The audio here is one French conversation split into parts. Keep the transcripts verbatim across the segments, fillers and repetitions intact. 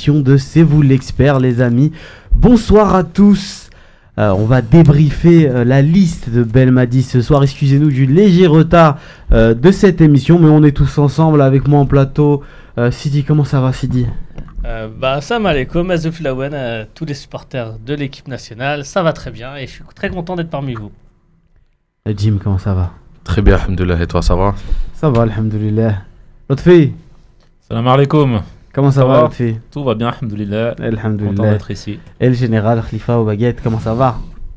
émission de C'est vous l'expert, les amis. Bonsoir à tous. Euh, on va débriefer euh, la liste de Belmadi ce soir. Excusez-nous du léger retard euh, de cette émission, mais on est tous ensemble avec moi en plateau. Euh, Sidi, comment ça va, Sidi? Euh, bah, salam alaikum, Azouflaouen, à tous les supporters de l'équipe nationale. Ça va très bien et je suis très content d'être parmi vous. Et Jim, comment ça va? Très bien, alhamdoulilah. Et toi, ça va? Ça va, alhamdoulilah. Lotfi, salam alaikum. comment ça, ça va, Lotfi? Tout va bien, alhamdoulilah. Alhamdoulilah. Content d'être ici. Et le général Khalifa au baguette, comment ça va?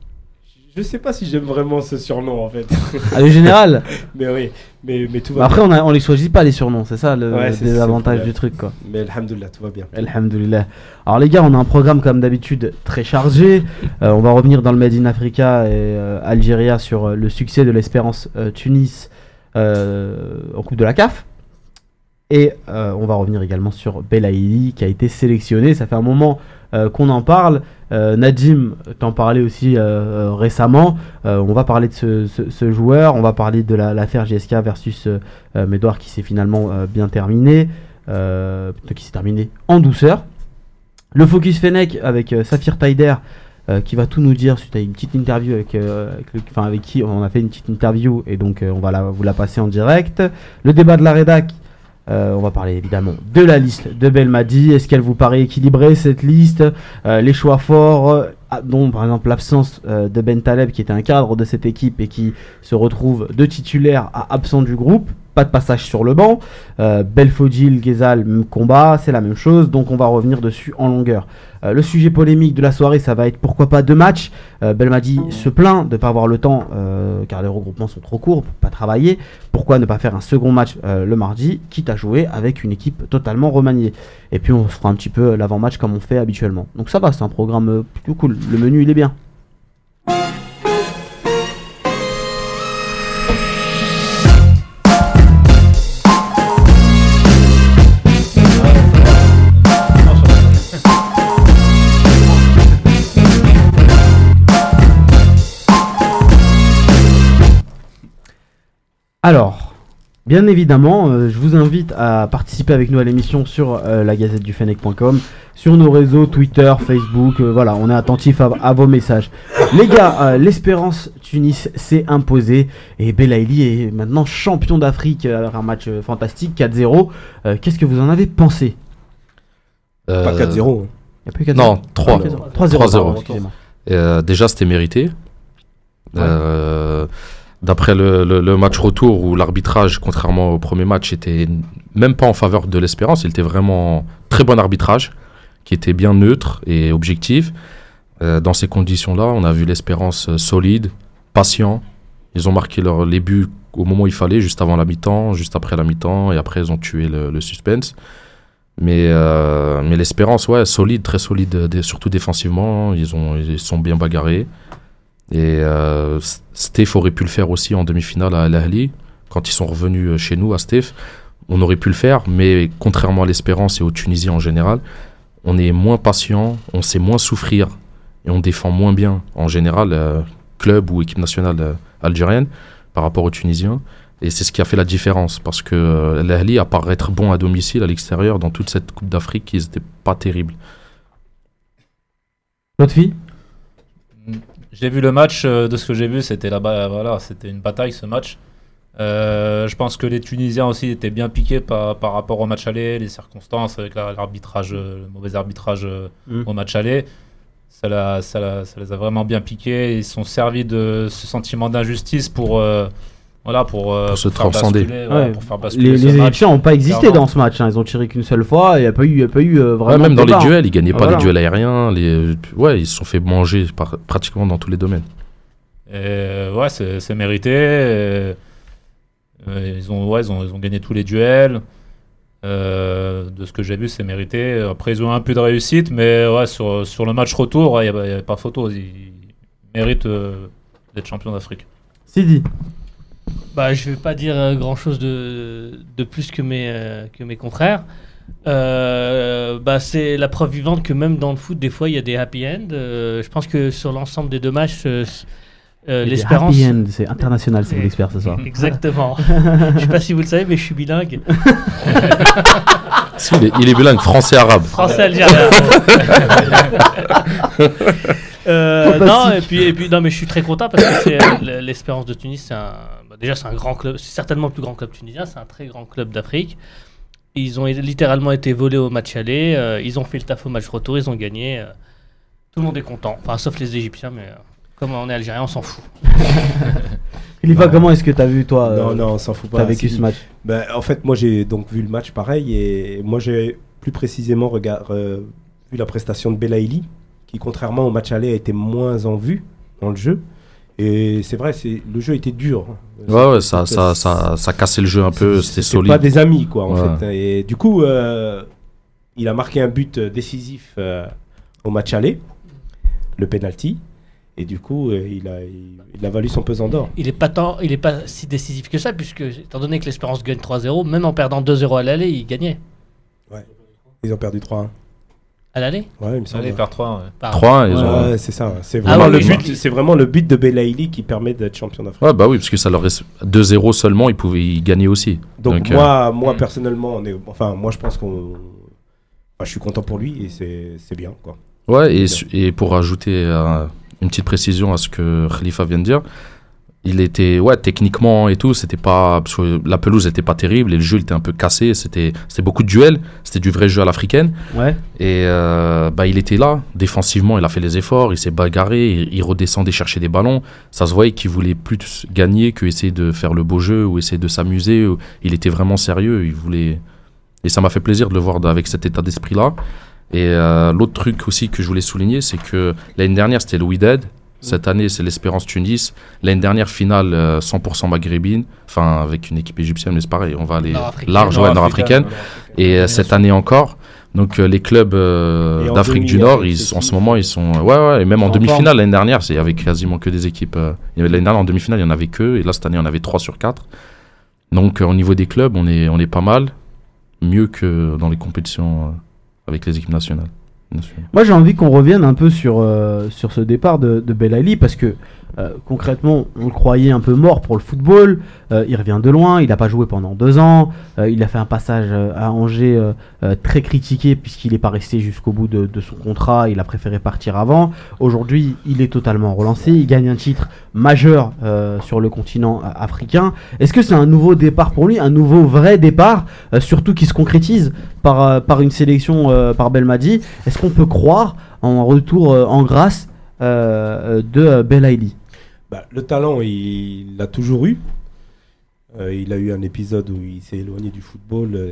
Je sais pas si j'aime vraiment ce surnom en fait. Ah, le général? Mais oui, mais, mais tout va Après, bien. on, a, on les choisit pas les surnoms, c'est ça le Ouais, c'est- désavantage c'est du truc, quoi. Mais alhamdoulilah, tout va bien. Alhamdoulilah. Alors les gars, on a un programme comme d'habitude très chargé. Euh, on va revenir dans le Made in Africa et euh, Algérie sur euh, le succès de l'Espérance euh, Tunis euh, en Coupe de la C A F. Et euh, on va revenir également sur Belaïli qui a été sélectionné. Ça fait un moment euh, qu'on en parle. Euh, Nadim t'en parlait aussi euh, euh, récemment. Euh, on va parler de ce, ce, ce joueur. On va parler de la, l'affaire G S K versus euh, euh, Médouard qui s'est finalement euh, bien terminé. Euh, plutôt qui s'est terminé en douceur. Le Focus Fennec avec euh, Saphir Taider euh, qui va tout nous dire suite à une petite interview avec, euh, avec, le, enfin, avec qui on a fait une petite interview et donc euh, on va la, vous la passer en direct. Le débat de la rédac. Euh, on va parler évidemment de la liste de Belmadi. Est-ce qu'elle vous paraît équilibrée cette liste? euh, Les choix forts, euh, dont par exemple l'absence euh, de Ben Taleb qui était un cadre de cette équipe et qui se retrouve de titulaire à absent du groupe. Pas de passage sur le banc. Euh, Belfodil, Ghezal, même combat, c'est la même chose. Donc on va revenir dessus en longueur. Euh, le sujet polémique de la soirée, ça va être pourquoi pas deux matchs. Euh, Belmadi se plaint de ne pas avoir le temps euh, car les regroupements sont trop courts pour pas travailler. Pourquoi ne pas faire un second match euh, le mardi, quitte à jouer avec une équipe totalement remaniée. Et puis on fera un petit peu l'avant-match comme on fait habituellement. Donc ça va, c'est un programme euh, plutôt cool. Le menu il est bien. Alors, bien évidemment, euh, je vous invite à participer avec nous à l'émission sur euh, la gazette du fennec point com, sur nos réseaux Twitter, Facebook, euh, voilà, on est attentif à, à vos messages. Les gars, euh, l'Espérance Tunis s'est imposée et Belaïli est maintenant champion d'Afrique euh, avec un match euh, fantastique, quatre zéro. Euh, qu'est-ce que vous en avez pensé? Euh, Pas quatre zéro. Hein. Il y a pas eu quatre zéro. Non, trois. trois zéro. trois zéro. Excusez-moi. Euh, déjà, c'était mérité. Ouais. Euh, d'après le, le, le match retour où l'arbitrage, contrairement au premier match, était même pas en faveur de l'Espérance, il était vraiment très bon arbitrage, qui était bien neutre et objectif. Euh, dans ces conditions-là, on a vu l'Espérance euh, solide, patient. Ils ont marqué leur, les buts au moment où il fallait, juste avant la mi-temps, juste après la mi-temps, et après ils ont tué le, le suspense. Mais, euh, mais l'Espérance, ouais, solide, très solide, dé- surtout défensivement. Ils, ont, ils sont bien bagarrés. Et euh, Steph aurait pu le faire aussi en demi-finale à l'Ahli. Quand ils sont revenus chez nous à Steph, on aurait pu le faire. Mais contrairement à l'Espérance et aux Tunisiens en général, on est moins patient, on sait moins souffrir et on défend moins bien en général, euh, club ou équipe nationale euh, algérienne, par rapport aux Tunisiens. Et c'est ce qui a fait la différence, parce que euh, l'Ahli, à part être bon à domicile, à l'extérieur, dans toute cette Coupe d'Afrique, ils n'étaient pas terribles. L'autre fille? J'ai vu le match, euh, de ce que j'ai vu, c'était là-bas, voilà, c'était une bataille ce match. Euh, je pense que les Tunisiens aussi étaient bien piqués par, par rapport au match aller, les circonstances avec la, l'arbitrage, euh, le mauvais arbitrage euh, Mm. au match aller. Ça, l'a- ça, l'a- ça les a vraiment bien piqués. Ils se sont servis de ce sentiment d'injustice pour, euh, voilà, pour, euh, Pour se faire transcender. basculer, Ouais. ouais, pour faire basculer Les, ce les match. Égyptiens n'ont pas existé clairement. dans ce match, hein. Ils ont tiré qu'une seule fois et il n'y a pas eu, il y a pas eu euh, Ouais, vraiment même de dans les débat, hein. duels, ils gagnaient Ah, pas voilà. les duels aériens. Les... Ouais, ils se sont fait manger par, pratiquement dans tous les domaines. Et, euh, ouais, c'est, c'est mérité. Et, euh, ils, ont, ouais, ils, ont, ils ont gagné tous les duels. Euh, de ce que j'ai vu, c'est mérité. Après, ils ont un peu de réussite, mais ouais, sur, sur le match retour, il n'y a, pas photo. Ils, ils méritent euh, d'être champions d'Afrique. Sidi. Bah, je vais pas dire euh, grand chose de, de plus que mes, euh, que mes confrères. Euh, bah, c'est la preuve vivante que même dans le foot, des fois, il y a des happy end. Euh, je pense que sur l'ensemble des deux matchs, euh, euh, Et l'espérance. Happy End, c'est international, c'est Et- l'expert ce soir. Exactement. Je sais pas si vous le savez, mais je suis bilingue. Si, il, est, il est bilingue, français-arabe. Français-algérien. euh, non, et puis, et puis, non, mais je suis très content parce que c'est, euh, l'Espérance de Tunis, c'est un, bah, déjà, c'est un grand club, c'est certainement le plus grand club tunisien, c'est un très grand club d'Afrique. Ils ont littéralement été volés au match aller, euh, ils ont fait le taf au match retour, ils ont gagné. Euh, tout le monde est content, enfin, sauf les Égyptiens, mais euh, comme on est algérien, on s'en fout. Khalifa, comment est-ce que tu as vu, toi Non, euh, non, on s'en fout pas. t'as vécu si. ce match? Ben, en fait, moi, j'ai donc vu le match pareil. Et moi, j'ai plus précisément regard, euh, vu la prestation de Belaïli, qui, contrairement au match aller, a été moins en vue dans le jeu. Et c'est vrai, c'est, le jeu était dur. Ouais, ouais, ça, ça, ça, ça cassait le jeu un peu, c'était solide. pas des amis, quoi, en Ouais. fait. Et du coup, euh, il a marqué un but décisif euh, au match aller, le penalty. Et du coup, euh, il, a, il, il a valu son pesant d'or. Il est pas tant, il est pas si décisif que ça, puisque étant donné que l'Espérance gagne trois zéro, même en perdant deux zéro à l'aller, il gagnait. Ils ont perdu trois un. À l'aller Ouais, il me semble. Allez, par trois. Ouais. Pardon. trois un, ils Ouais, ont... ouais, c'est ça. C'est Ah vraiment, ouais, le, oui, but, je- c'est vraiment le but de Belaïli qui permet d'être champion d'Afrique. Ouais, bah oui, parce que ça leur reste deux zéro seulement, ils pouvaient y gagner aussi. Donc, Donc, moi, moi Mm. personnellement, on est, enfin, moi je pense qu'on, enfin, je suis content pour lui et c'est, c'est bien, quoi. Ouais, et, Bien. su- et pour ajouter euh, une petite précision à ce que Khalifa vient de dire, il était, ouais, techniquement et tout, c'était pas, parce que la pelouse était pas terrible et le jeu il était un peu cassé, c'était, c'était beaucoup de duels, c'était du vrai jeu à l'africaine. Ouais. Et euh, bah, il était là, défensivement, il a fait les efforts, il s'est bagarré, il, il redescendait chercher des ballons. Ça se voyait qu'il voulait plus gagner que essayer de faire le beau jeu ou essayer de s'amuser. ou- Il était vraiment sérieux, il voulait. Et ça m'a fait plaisir de le voir avec cet état d'esprit-là. Et euh, l'autre truc aussi que je voulais souligner, c'est que l'année dernière, c'était le Wydad. Cette année, c'est l'Espérance Tunis. L'année dernière, finale euh, cent pour cent maghrébine, enfin avec une équipe égyptienne, mais c'est pareil, on va aller Nord-africaine. large, ouais, nord-africaine. Nord-africaine. Et euh, cette année encore, donc euh, les clubs euh, Et en d'Afrique demi, du Nord, avec ils, ceci, en ce moment, ils sont. Ouais, ouais, et même en en demi-finale l'année dernière, c'est avec quasiment que des équipes. euh, il y avait- L'année dernière, en demi-finale, il n'y en avait que, et là, cette année, il y en avait trois sur quatre. Donc, euh, au niveau des clubs, on est, on est pas mal, mieux que dans les compétitions euh, avec les équipes nationales. bien sûr. Moi, j'ai envie qu'on revienne un peu sur, euh, sur ce départ de, de Belaïli parce que euh, concrètement, on le croyait un peu mort pour le football. Euh, il revient de loin, il n'a pas joué pendant deux ans. Euh, il a fait un passage euh, à Angers euh, euh, très critiqué puisqu'il n'est pas resté jusqu'au bout de, de son contrat. Il a préféré partir avant. Aujourd'hui, il est totalement relancé. Il gagne un titre majeur euh, sur le continent euh, africain. Est-ce que c'est un nouveau départ pour lui, un nouveau vrai départ, euh, surtout qui se concrétise par, euh, par une sélection euh, par Belmadi? Est-ce qu'on peut croire en un retour euh, en grâce euh, de euh, Belaïli? Bah, le talent, il l'a toujours eu. Euh, il a eu un épisode où il s'est éloigné du football. euh,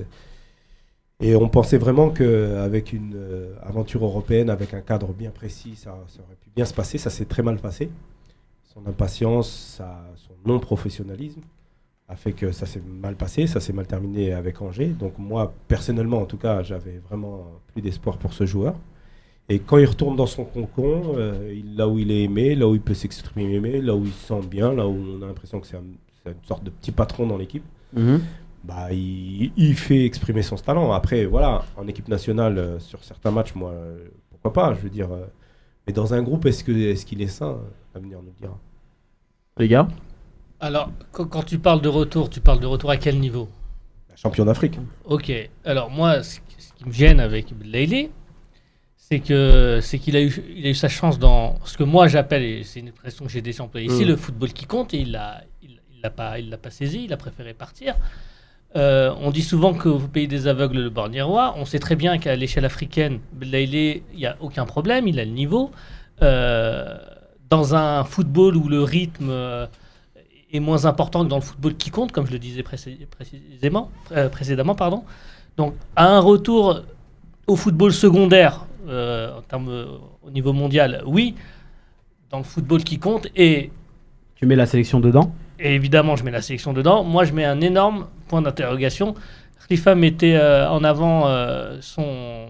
et on pensait vraiment qu'avec une euh, aventure européenne, avec un cadre bien précis, ça, ça aurait pu bien se passer. Ça s'est très mal passé. Son impatience, sa- son non-professionnalisme a fait que ça s'est mal passé. Ça s'est mal terminé avec Angers. Donc moi, personnellement, en tout cas, j'avais vraiment plus d'espoir pour ce joueur. Et quand il retourne dans son cocon, euh, il- là où il est aimé, là où il peut s'exprimer, là où il se sent bien, là où on a l'impression que c'est, un- c'est une sorte de petit patron dans l'équipe, Mhm. bah, il, il fait exprimer son talent. Après, voilà, en équipe nationale, euh, sur certains matchs, moi, euh, pourquoi pas, je veux dire. euh, mais dans un groupe, est-ce, que, est-ce qu'il est sain? L'avenir nous le dira. Les gars, Alors, quand, quand tu parles de retour, tu parles de retour à quel niveau? Bah, champion d'Afrique. Ok, alors moi, ce, qui- ce qui me gêne avec Belaïli, c'est que c'est qu'il a eu, il a eu sa chance dans ce que moi j'appelle, et c'est une expression que j'ai déjà employée ici, Mm. le football qui compte, et il l'a il, il l'a pas, il l'a pas saisi, il a préféré partir. Euh, on dit souvent qu'au pays des aveugles, le borgne est roi. On sait très bien qu'à l'échelle africaine, Belaïli, il n'y a aucun problème, il a le niveau. Euh, dans un football où le rythme euh, est moins important que dans le football qui compte, comme je le disais précé- précisément, euh, précédemment, pardon. Donc, à un retour au football secondaire, euh, en termes, euh, au niveau mondial, oui, dans le football qui compte, et, tu mets la sélection dedans? et évidemment, je mets la sélection dedans. Moi, je mets un énorme point d'interrogation. Khalifa mettait euh, en avant euh, son,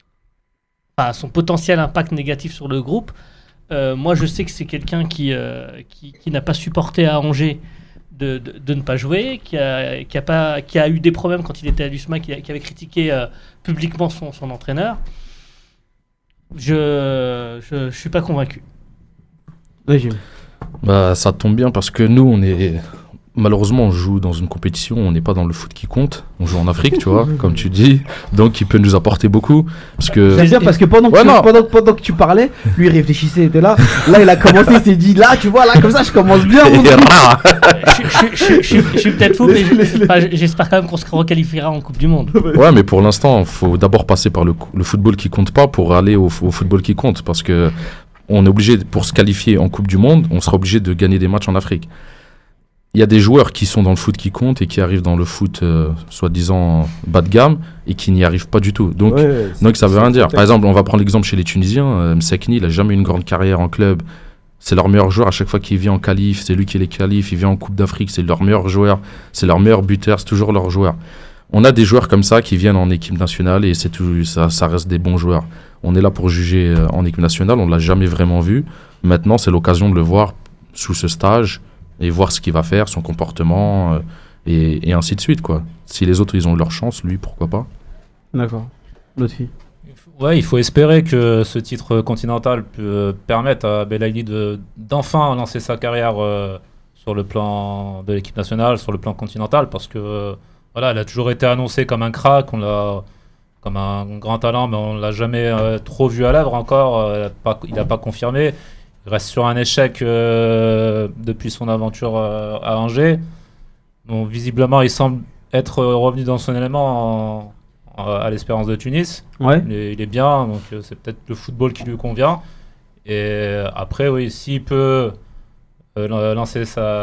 enfin, son potentiel impact négatif sur le groupe. Euh, moi, je sais que c'est quelqu'un qui, euh, qui, qui n'a pas supporté à Angers de, de, de ne pas jouer, qui a, qui, a pas, qui a eu des problèmes quand il était à l'U S M A, qui, a- qui avait critiqué euh, publiquement son, son entraîneur. Je ne suis pas convaincu. Oui, Jim. Bah, ça tombe bien parce que nous, on est. malheureusement, on joue dans une compétition, on n'est pas dans le foot qui compte. On joue en Afrique, tu vois, comme tu dis. Donc, il peut nous apporter beaucoup. Parce que... C'est bien parce que pendant que, Ouais, tu, non. pendant, pendant que tu parlais, lui il réfléchissait, il était là. Là, il a commencé, il s'est dit, là, tu vois, là, comme ça, je commence bien. mon Et truc. rah je, je- je- je- je suis peut-être fou, mais j'- enfin, j'espère quand même qu'on se requalifiera en Coupe du Monde. Ouais, mais pour l'instant, il faut d'abord passer par le, cou- le football qui compte pas pour aller au, f- au football qui compte. Parce que on est obligé, pour se qualifier en Coupe du Monde, on sera obligé de gagner des matchs en Afrique. Il y a des joueurs qui sont dans le foot qui comptent et qui arrivent dans le foot, euh, soi-disant, bas de gamme, et qui n'y arrivent pas du tout. Donc, Ouais, ouais, donc ça c'est- veut rien c'est dire. contexte. Par exemple, on va prendre l'exemple chez les Tunisiens. Euh, Msekni, il a jamais eu une grande carrière en club. C'est leur meilleur joueur à chaque fois qu'il vient en qualif. C'est lui qui les qualifie. Il vient en Coupe d'Afrique. C'est leur meilleur joueur. C'est leur meilleur buteur. C'est toujours leur joueur. On a des joueurs comme ça qui viennent en équipe nationale et c'est tout, ça, ça reste des bons joueurs. On est là pour juger euh, en équipe nationale. On l'a jamais vraiment vu. Maintenant, c'est l'occasion de le voir sous ce stage et voir ce qu'il va faire, son comportement euh, et, et ainsi de suite, quoi. Si les autres ils ont eu leur chance, lui pourquoi pas. D'accord. L'autre fille. Ouais, il faut espérer que ce titre continental peut permettre à Belaïli de d'enfin lancer sa carrière euh, sur le plan de l'équipe nationale, sur le plan continental, parce que euh, voilà, elle a toujours été annoncée comme un crack, on l'a comme un grand talent, mais on l'a jamais euh, trop vu à l'œuvre encore. euh, elle a pas- il n'a pas confirmé. Il reste sur un échec euh, depuis son aventure euh, à Angers. Donc visiblement, il semble être revenu dans son élément en- en- à l'Espérance de Tunis. Ouais. Il est, il est bien, donc euh, c'est peut-être le football qui lui convient. Et euh, après, oui, s'il peut euh, lan- lancer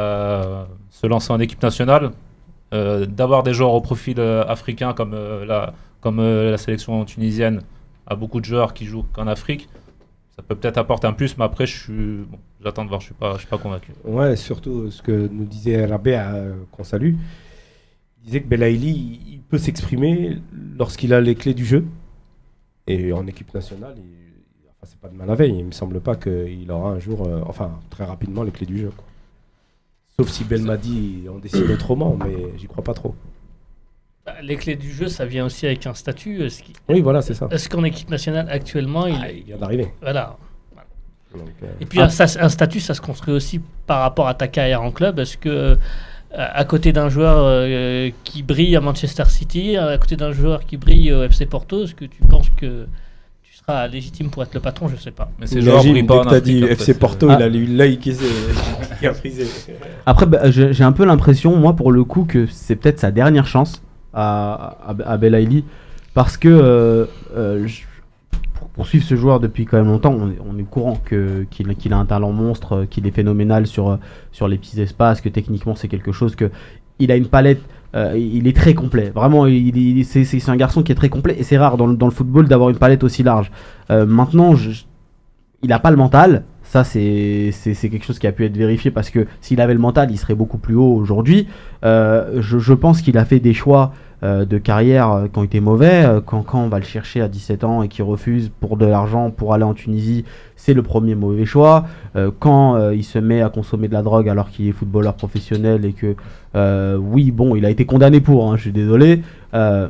sa, se lancer en équipe nationale, euh, d'avoir des joueurs au profil euh, africain comme, euh, la, comme euh, la sélection tunisienne a beaucoup de joueurs qui jouent qu'en Afrique, ça peut peut-être apporter un plus, mais après, je suis, bon, j'attends de voir, je suis pas, je suis pas convaincu. Ouais, surtout ce que nous disait Rabé, euh, qu'on salue. Il disait que Belaïli, il il peut s'exprimer lorsqu'il a les clés du jeu. Et en équipe nationale, il, enfin, c'est pas de mal la veille. Il me semble pas qu'il aura un jour, euh, enfin très rapidement, les clés du jeu, quoi. Sauf si Belmadi en décide autrement, mais j'y crois pas trop. Bah, Les clés du jeu, ça vient aussi avec un statut. Est-ce qu'il- Oui, voilà, c'est ça. est-ce qu'en équipe nationale, actuellement, il... Ah, il vient d'arriver. Voilà. Donc, euh, Et puis un, ça- un statut, ça se construit aussi par rapport à ta carrière en club. Est-ce que, euh, à côté d'un joueur euh, qui brille à Manchester City, à côté d'un joueur qui brille au F C Porto, est-ce que tu penses que tu seras légitime pour être le patron? Je sais pas. Mais ces joueurs Imagine, brillent dès pas en que t'as Afrique, dit après, F C c'est- Porto, Ah. il a eu l'œil qui, s'est- qui a frisé. Après, bah, j'ai j'ai un peu l'impression, moi, pour le coup, que c'est peut-être sa dernière chance à, à, à Belaïli. Parce que, euh, euh, je- pour poursuivre ce joueur depuis quand même longtemps, on est, on est au courant que- qu'il qu'il a un talent monstre, euh, qu'il est phénoménal sur, euh, sur les petits espaces, que techniquement c'est quelque chose que. Il a une palette, euh, il est très complet. Vraiment, il, il- c'est c'est- c'est un garçon qui est très complet et c'est rare dans le, dans le football d'avoir une palette aussi large. Euh, maintenant, je- je- il n'a pas le mental. Ça, c'est c'est- c'est quelque chose qui a pu être vérifié parce que s'il avait le mental, il serait beaucoup plus haut aujourd'hui. Euh, je, je pense qu'il a fait des choix euh, de carrière euh, qui ont été mauvais. Euh, Quand, quand on va le chercher à dix-sept ans et qu'il refuse pour de l'argent pour aller en Tunisie, c'est le premier mauvais choix. Euh, quand euh, il se met à consommer de la drogue alors qu'il est footballeur professionnel et que, euh, oui, bon, il a été condamné pour, hein, je suis désolé. Euh,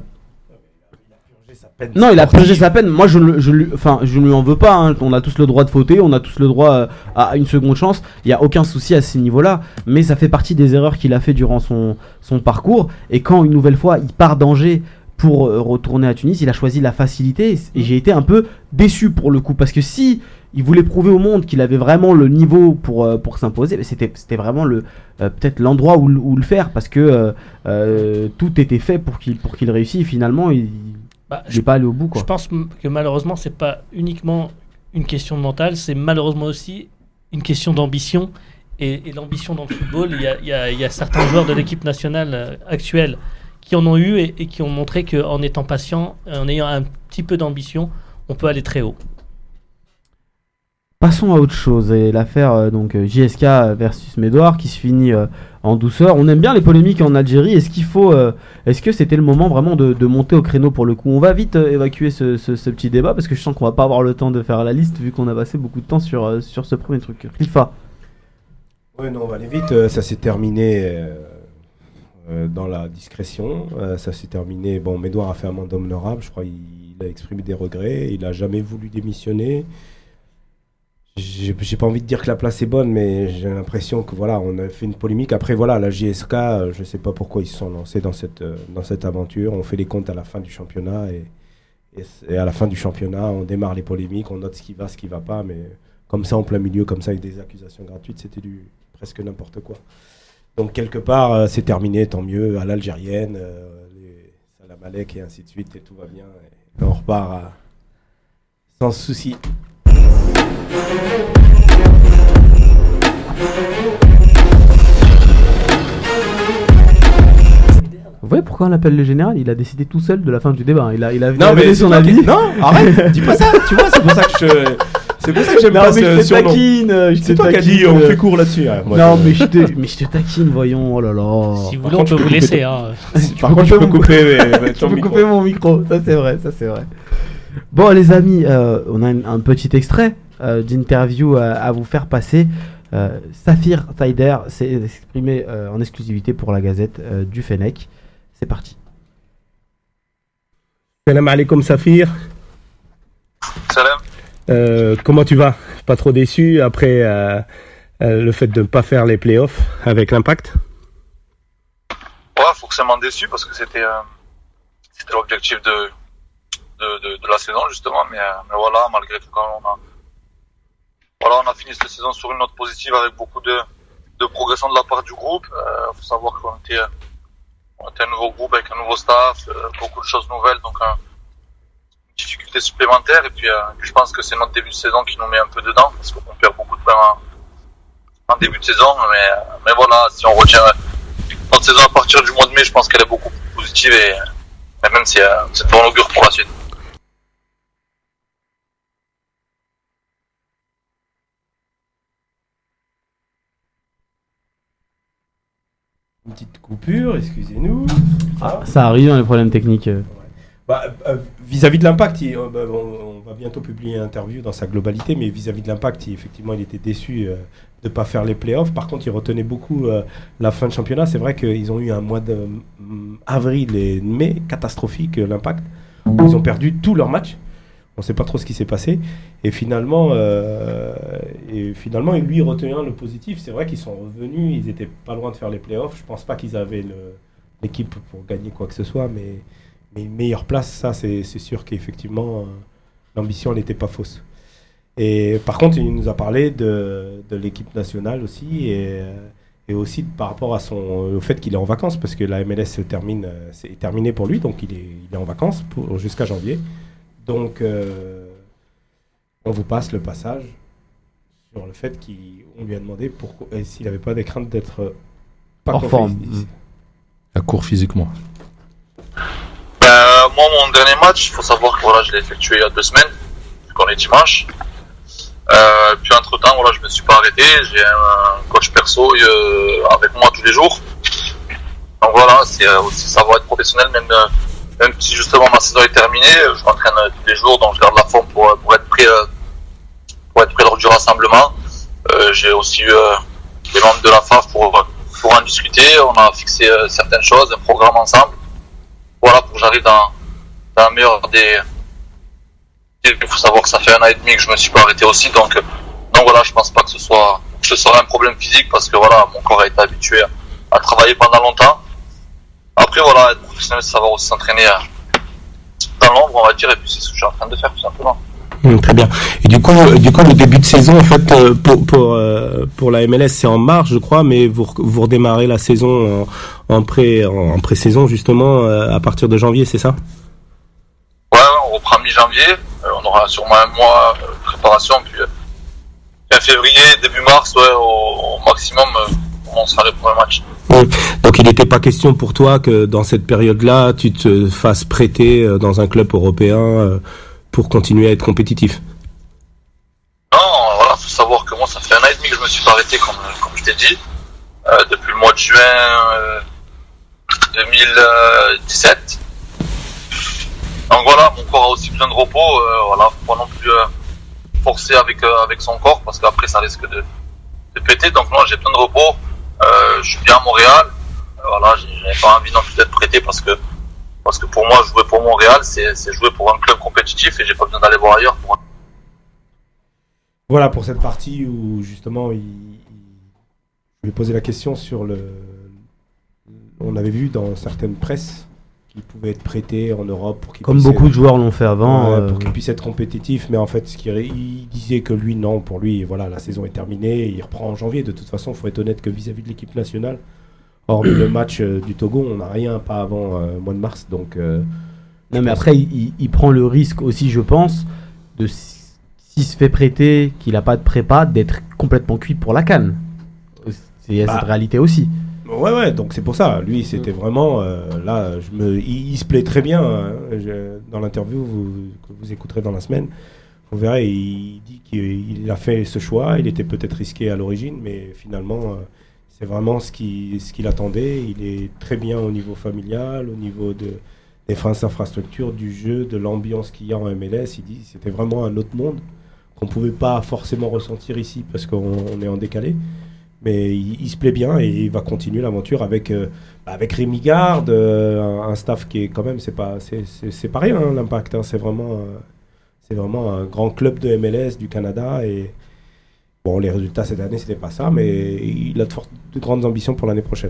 non, il a purgé sa peine. Moi, je ne je, lui- enfin, je ne lui en veux pas. Hein. On a tous le droit de fauter, on a tous le droit euh, à une seconde chance. Il n'y a aucun souci à ce niveau-là. Mais ça fait partie des erreurs qu'il a fait durant son, son parcours. Et quand, une nouvelle fois, il part d'Angers pour euh, retourner à Tunis, il a choisi la facilité. Et j'ai été un peu déçu pour le coup. Parce que si il voulait prouver au monde qu'il avait vraiment le niveau pour, euh, pour s'imposer, c'était c'était vraiment le euh, peut-être l'endroit où, le- où le faire. Parce que euh, euh, tout était fait pour qu'il pour qu'il réussisse. Finalement, il Bah, n'est pas allé au bout, quoi. Je pense m- que malheureusement, c'est pas uniquement une question de mental, c'est malheureusement aussi une question d'ambition. Et, et l'ambition dans le football, il y a, il y a- il y a certains joueurs de l'équipe nationale euh, actuelle qui en ont eu et, et qui ont montré qu'en étant patient, en ayant un petit peu d'ambition, on peut aller très haut. Passons à autre chose, et l'affaire euh, donc euh, J S K versus Médouard qui se finit euh, en douceur. On aime bien les polémiques en Algérie. Est-ce qu'il faut, euh, est-ce que c'était le moment vraiment de, de monter au créneau pour le coup? On va vite euh, évacuer ce, ce- ce petit débat parce que je sens qu'on va pas avoir le temps de faire la liste vu qu'on a passé beaucoup de temps sur, euh, sur ce premier truc. Khalifa. Ouais, non, on va aller vite. Euh, ça s'est terminé euh, euh, dans la discrétion. Euh, ça s'est terminé. Bon, Médouard a fait un mandat honorable. Je crois qu'il a exprimé des regrets. Il a jamais voulu démissionner. j'ai, j'ai pas envie de dire que la place est bonne, mais j'ai l'impression que voilà, on a fait une polémique. Après voilà, la J S K, euh, je sais pas pourquoi ils se sont lancés dans cette euh, dans cette aventure. On fait les comptes à la fin du championnat et, et, et à la fin du championnat, on démarre les polémiques, on note ce qui va, ce qui va pas, mais comme ça en plein milieu, comme ça avec des accusations gratuites, c'était du presque n'importe quoi. Donc quelque part, euh, c'est terminé, tant mieux, à l'algérienne, euh, les Salam Alek et ainsi de suite, et tout va bien, et, et on repart à, sans souci. Vous voyez pourquoi on l'appelle le général? Il a décidé tout seul de la fin du débat. Il a, il a Non, il a mais son c'est avis. qui... Non, arrête, dis pas ça. Tu vois, c'est pour ça que je, c'est pour ça que j'aime Non, pas mais ce je te surnom. taquine. Je C'est te toi qui as taquine, dit, on euh, fait court là-dessus. Hein. Moi, non, je... mais je te, mais je te taquine, voyons. Oh là là. Si vous Par voulez, on contre, peut je vous peux laisser. couper Hein. Par contre, je peux mon- couper, mais, mais Tu ton peux micro. couper mon micro. Ça c'est vrai, ça c'est vrai. Bon les amis, euh, on a un, un petit extrait euh, d'interview à, à vous faire passer. Euh, Safir Taider s'est exprimé euh, en exclusivité pour la Gazette euh, du Fennec. C'est parti. Salam alaikum Safir. Salam. Euh, comment tu vas? Pas trop déçu après euh, euh, le fait de ne pas faire les playoffs avec l'Impact? Ouais, forcément déçu parce que c'était, euh, c'était l'objectif de, de, de, de la saison justement, mais, euh, mais voilà, malgré tout, quand on a, voilà, on a fini cette saison sur une note positive avec beaucoup de, de progression de la part du groupe. Euh, faut savoir qu'on était, on était un nouveau groupe avec un nouveau staff, euh, beaucoup de choses nouvelles, donc euh, une difficulté supplémentaire. Et puis, euh, puis je pense que c'est notre début de saison qui nous met un peu dedans parce qu'on perd beaucoup de points en, en début de saison. Mais, mais voilà, si on retient notre saison à partir du mois de mai, je pense qu'elle est beaucoup plus positive et, et même si euh, c'est de bon augure pour la suite. Une petite coupure, excusez-nous. Ah, ça arrive dans les problèmes techniques. euh. Bah, euh, vis-à-vis de l'Impact, il- euh, bah, on, on va bientôt publier une interview dans sa globalité, mais vis-à-vis de l'Impact, il, effectivement, il était déçu euh, de ne pas faire les playoffs. Par contre, il retenait beaucoup euh, la fin de championnat. C'est vrai qu'ils ont eu un mois de mm, avril et mai catastrophique, euh, l'Impact. Où ils ont perdu tous leurs matchs. On ne sait pas trop ce qui s'est passé. Et finalement, euh, et finalement, lui retenant le positif, c'est vrai qu'ils sont revenus. Ils n'étaient pas loin de faire les playoffs. Je ne pense pas qu'ils avaient le, l'équipe pour gagner quoi que ce soit, mais... Mais une meilleure place, ça, c'est, c'est sûr qu'effectivement, euh, l'ambition, elle n'était pas fausse. Et par contre, il nous a parlé de, de l'équipe nationale aussi, et, euh, et aussi par rapport à son, au fait qu'il est en vacances, parce que la M L S se termine, euh, c'est terminé pour lui, donc il est, il est en vacances pour, jusqu'à janvier. Donc, euh, on vous passe le passage sur le fait qu'on lui a demandé pourquoi, et s'il n'avait pas des craintes d'être euh, pas Hors forme. compétitif. À court physiquement. Euh, moi, mon dernier match, il faut savoir que voilà, je l'ai effectué il y a deux semaines, vu qu'on est dimanche. Euh, puis entre temps, voilà, je me suis pas arrêté. J'ai un coach perso euh, avec moi tous les jours. Donc voilà, c'est euh, aussi savoir être professionnel, même euh, même si justement ma saison est terminée, je m'entraîne euh, tous les jours, donc je garde la forme pour pour être prêt euh, pour être prêt lors du rassemblement. Euh, j'ai aussi eu euh, les membres de la F A F pour pour en discuter. On a fixé euh, certaines choses, un programme ensemble. Voilà, pour que j'arrive dans, dans le meilleur des... Il faut savoir que ça fait un an et demi que je me suis pas arrêté aussi, donc, donc voilà, je pense pas que ce soit que ce soit un problème physique, parce que voilà, mon corps a été habitué à, à travailler pendant longtemps. Après voilà, être professionnel, c'est savoir aussi s'entraîner dans l'ombre, on va dire, et puis c'est ce que je suis en train de faire tout simplement. Mmh, très bien. Et du coup, du coup, le début de saison, en fait, euh, pour pour euh, pour la M L S, c'est en mars, je crois, mais vous vous redémarrez la saison en, en pré en, en pré-saison justement euh, à partir de janvier, c'est ça? Ouais, on reprend mi-janvier. Euh, on aura sûrement un mois de préparation, puis euh, fin février, début mars, ouais, au, au maximum, euh, on sera les premiers matchs. Mmh. Donc, il n'était pas question pour toi que dans cette période-là, tu te fasses prêter euh, dans un club européen euh, pour continuer à être compétitif? Non, voilà, faut savoir que moi, ça fait un an et demi que je me suis pas arrêté, comme, comme je t'ai dit, euh, depuis le mois de juin euh, deux mille dix-sept. Donc voilà, mon corps a aussi besoin de repos, euh, voilà, faut pas non plus euh, forcer avec euh, avec son corps, parce qu'après ça risque de, de péter. Donc non, j'ai besoin de repos. Euh, je suis bien à Montréal. Euh, voilà, j'ai, j'avais pas envie non plus d'être prêté parce que parce que pour moi, jouer pour Montréal, c'est, c'est jouer pour un club compétitif et j'ai pas besoin d'aller voir ailleurs. Pour... Voilà pour cette partie où justement il, il... je lui ai posé la question sur le. On avait vu dans certaines presses qu'il pouvait être prêté en Europe pour qu'il Comme puisse beaucoup être... de joueurs l'ont fait avant. Ouais, euh, pour qu'il puisse être compétitif, mais en fait, ce qu'il il disait que lui, non, pour lui, voilà, la saison est terminée, il reprend en janvier. De toute façon, il faut être honnête que vis-à-vis de l'équipe nationale, hormis le match euh, du Togo, on n'a rien, pas avant le euh, mois de mars. Donc, euh, Non, mais après, il, il- il prend le risque aussi, je pense, de s- s'il se fait prêter, qu'il n'a pas de prépa, d'être complètement cuit pour la CAN. Il y a Bah. cette réalité aussi. Ouais, ouais, donc c'est pour ça. Lui, c'était vraiment. euh, là, je me, il, il se plaît très bien. Hein. Je- dans l'interview vous, que vous écouterez dans la semaine, vous verrez, il dit qu'il a fait ce choix. Il était peut-être risqué à l'origine, mais finalement, euh, c'est vraiment ce qu'il ce qu'il attendait. Il est très bien au niveau familial, au niveau de, des infrastructures, du jeu, de l'ambiance qu'il y a en M L S. Il dit que c'était vraiment un autre monde qu'on ne pouvait pas forcément ressentir ici parce qu'on on est en décalé. Mais il, il se plaît bien et il va continuer l'aventure avec, euh, avec Rémi Garde, euh, un, un staff qui est quand même, c'est pas, c'est, c'est, c'est pas rien, hein, l'Impact. Hein, c'est, vraiment, euh, c'est vraiment un grand club de M L S du Canada. Et bon, les résultats cette année, c'était pas ça, mais il a de, fortes, de grandes ambitions pour l'année prochaine.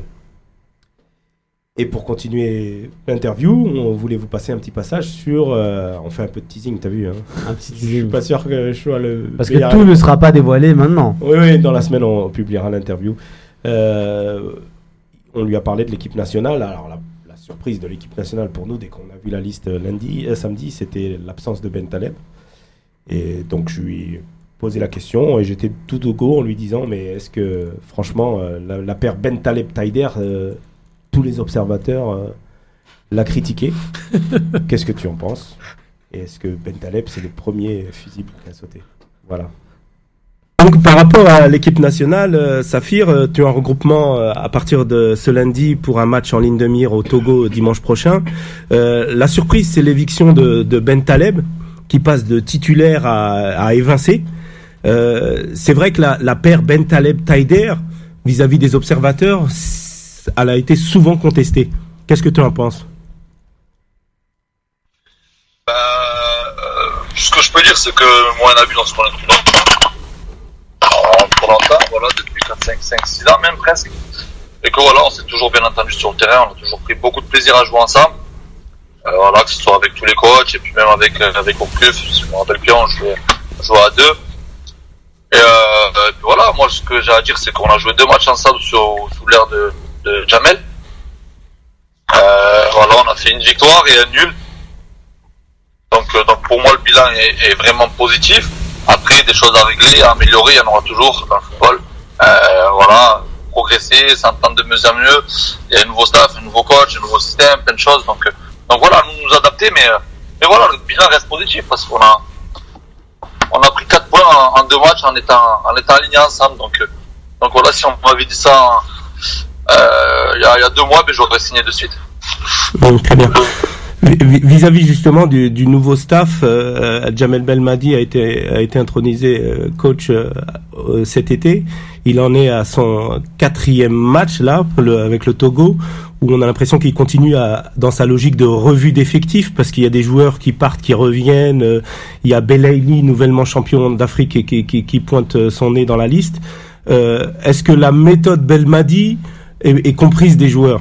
Et pour continuer l'interview, on voulait vous passer un petit passage sur. Euh, on fait un peu de teasing, t'as vu, hein. Un petit Je suis pas sûr que je sois le. Parce meilleur- que tout ne sera pas dévoilé maintenant. Oui, oui, dans la semaine, on publiera l'interview. Euh, on lui a parlé de l'équipe nationale. Alors, la, la surprise de l'équipe nationale pour nous, dès qu'on a vu la liste lundi, euh, samedi, c'était l'absence de Ben Taleb. Et donc, je lui ai posé la question et j'étais tout au go en lui disant mais est-ce que, franchement, euh, la, la paire Ben Taleb-Taider, euh, tous les observateurs euh, l'a critiqué. Qu'est-ce que tu en penses? Et est-ce que Ben Taleb, c'est le premier fusible qui a sauté? Voilà. Donc par rapport à l'équipe nationale, euh, Saphir, euh, tu as un regroupement euh, à partir de ce lundi pour un match en ligne de mire au Togo dimanche prochain. Euh, la surprise, c'est l'éviction de, de Ben Taleb, qui passe de titulaire à, à évincé. Euh, c'est vrai que la, la paire Ben Taleb-Taider, vis-à-vis des observateurs, elle a été souvent contestée. Qu'est-ce que tu en penses? Bah, euh, ce que je peux dire, c'est que moi, on a vu dans ce qu'on a depuis longtemps, pour longtemps, voilà, depuis quatre, cinq, cinq, six ans même presque, et que voilà, on s'est toujours bien entendu sur le terrain, on a toujours pris beaucoup de plaisir à jouer ensemble, euh, voilà, que ce soit avec tous les coachs, et puis même avec, euh, avec Ocluf, si je me rappelle bien, on jouait, on jouait à deux. Et, euh, et puis voilà, moi, ce que j'ai à dire, c'est qu'on a joué deux matchs ensemble sous, sous l'ère de, de Jamel. Euh, voilà, on a fait une victoire et un nul. Donc, euh, donc pour moi, le bilan est, est vraiment positif. Après, des choses à régler, à améliorer, il y en aura toujours dans le football. Euh, voilà, progresser, s'entendre de mieux en mieux. Il y a un nouveau staff, un nouveau coach, un nouveau système, plein de choses. Donc, euh, donc voilà, nous nous adapter, mais, euh, mais voilà, le bilan reste positif parce qu'on a, on a pris quatre points en, en deux matchs en étant, en étant alignés ensemble. Donc, euh, donc voilà, si on m'avait dit ça euh, il y, a, il y a deux mois, ben, j'aurais signé de suite. Mmh, très bien. Vis-à-vis justement du, du nouveau staff, euh, Jamel Belmadi a été, a été intronisé euh, coach euh, euh, cet été. Il en est à son quatrième match là le, avec le Togo, où on a l'impression qu'il continue à, dans sa logique de revue d'effectifs, parce qu'il y a des joueurs qui partent, qui reviennent. Euh, il y a Belaïli, nouvellement champion d'Afrique, qui, qui, qui pointe son nez dans la liste. Euh, est-ce que la méthode Belmadi est, est comprise des joueurs?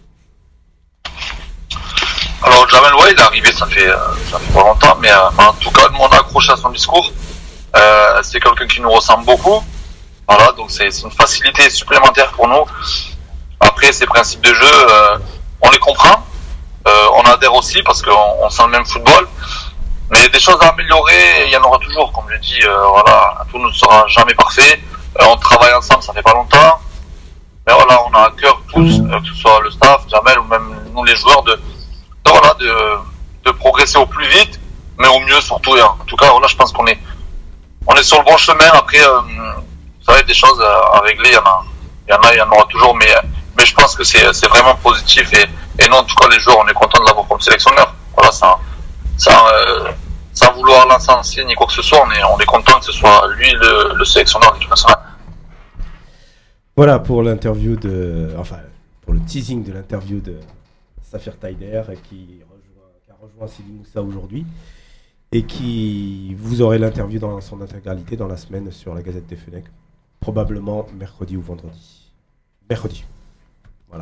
Alors Jamel, ouais, il est arrivé, ça fait, euh, ça fait pas longtemps, mais euh, en tout cas, nous on a accroché à son discours. Euh, c'est quelqu'un qui nous ressemble beaucoup. Voilà, donc c'est, c'est une facilité supplémentaire pour nous. Après, ces principes de jeu, euh, on les comprend. Euh, on adhère aussi parce qu'on on sent le même football. Mais des choses à améliorer, il y en aura toujours. Comme je dis, euh, voilà, tout ne sera jamais parfait. Euh, on travaille ensemble, ça fait pas longtemps. Mais voilà, on a à cœur tous, euh, que ce soit le staff, Jamel ou même nous les joueurs, de de, voilà, de, de progresser au plus vite, mais au mieux surtout. Et en tout cas, voilà, je pense qu'on est, on est sur le bon chemin. Après, euh, ça va être des choses à régler. Il y en a, il y en a, il y en aura toujours, mais, mais je pense que c'est, c'est vraiment positif. Et, et nous, en tout cas, les joueurs, on est content de l'avoir comme sélectionneur. Voilà, sans, sans, euh, sans vouloir l'encenser ni quoi que ce soit, on est, on est content que ce soit lui le, le sélectionneur de l'équipe nationale. Voilà pour l'interview de, enfin, pour le teasing de l'interview de Saphir Taider qui, rejoint, qui a rejoint Sidi Moussa aujourd'hui. et qui vous aurez l'interview dans son intégralité dans la semaine sur la Gazette des Fennecs, probablement mercredi ou vendredi. Mercredi. Voilà.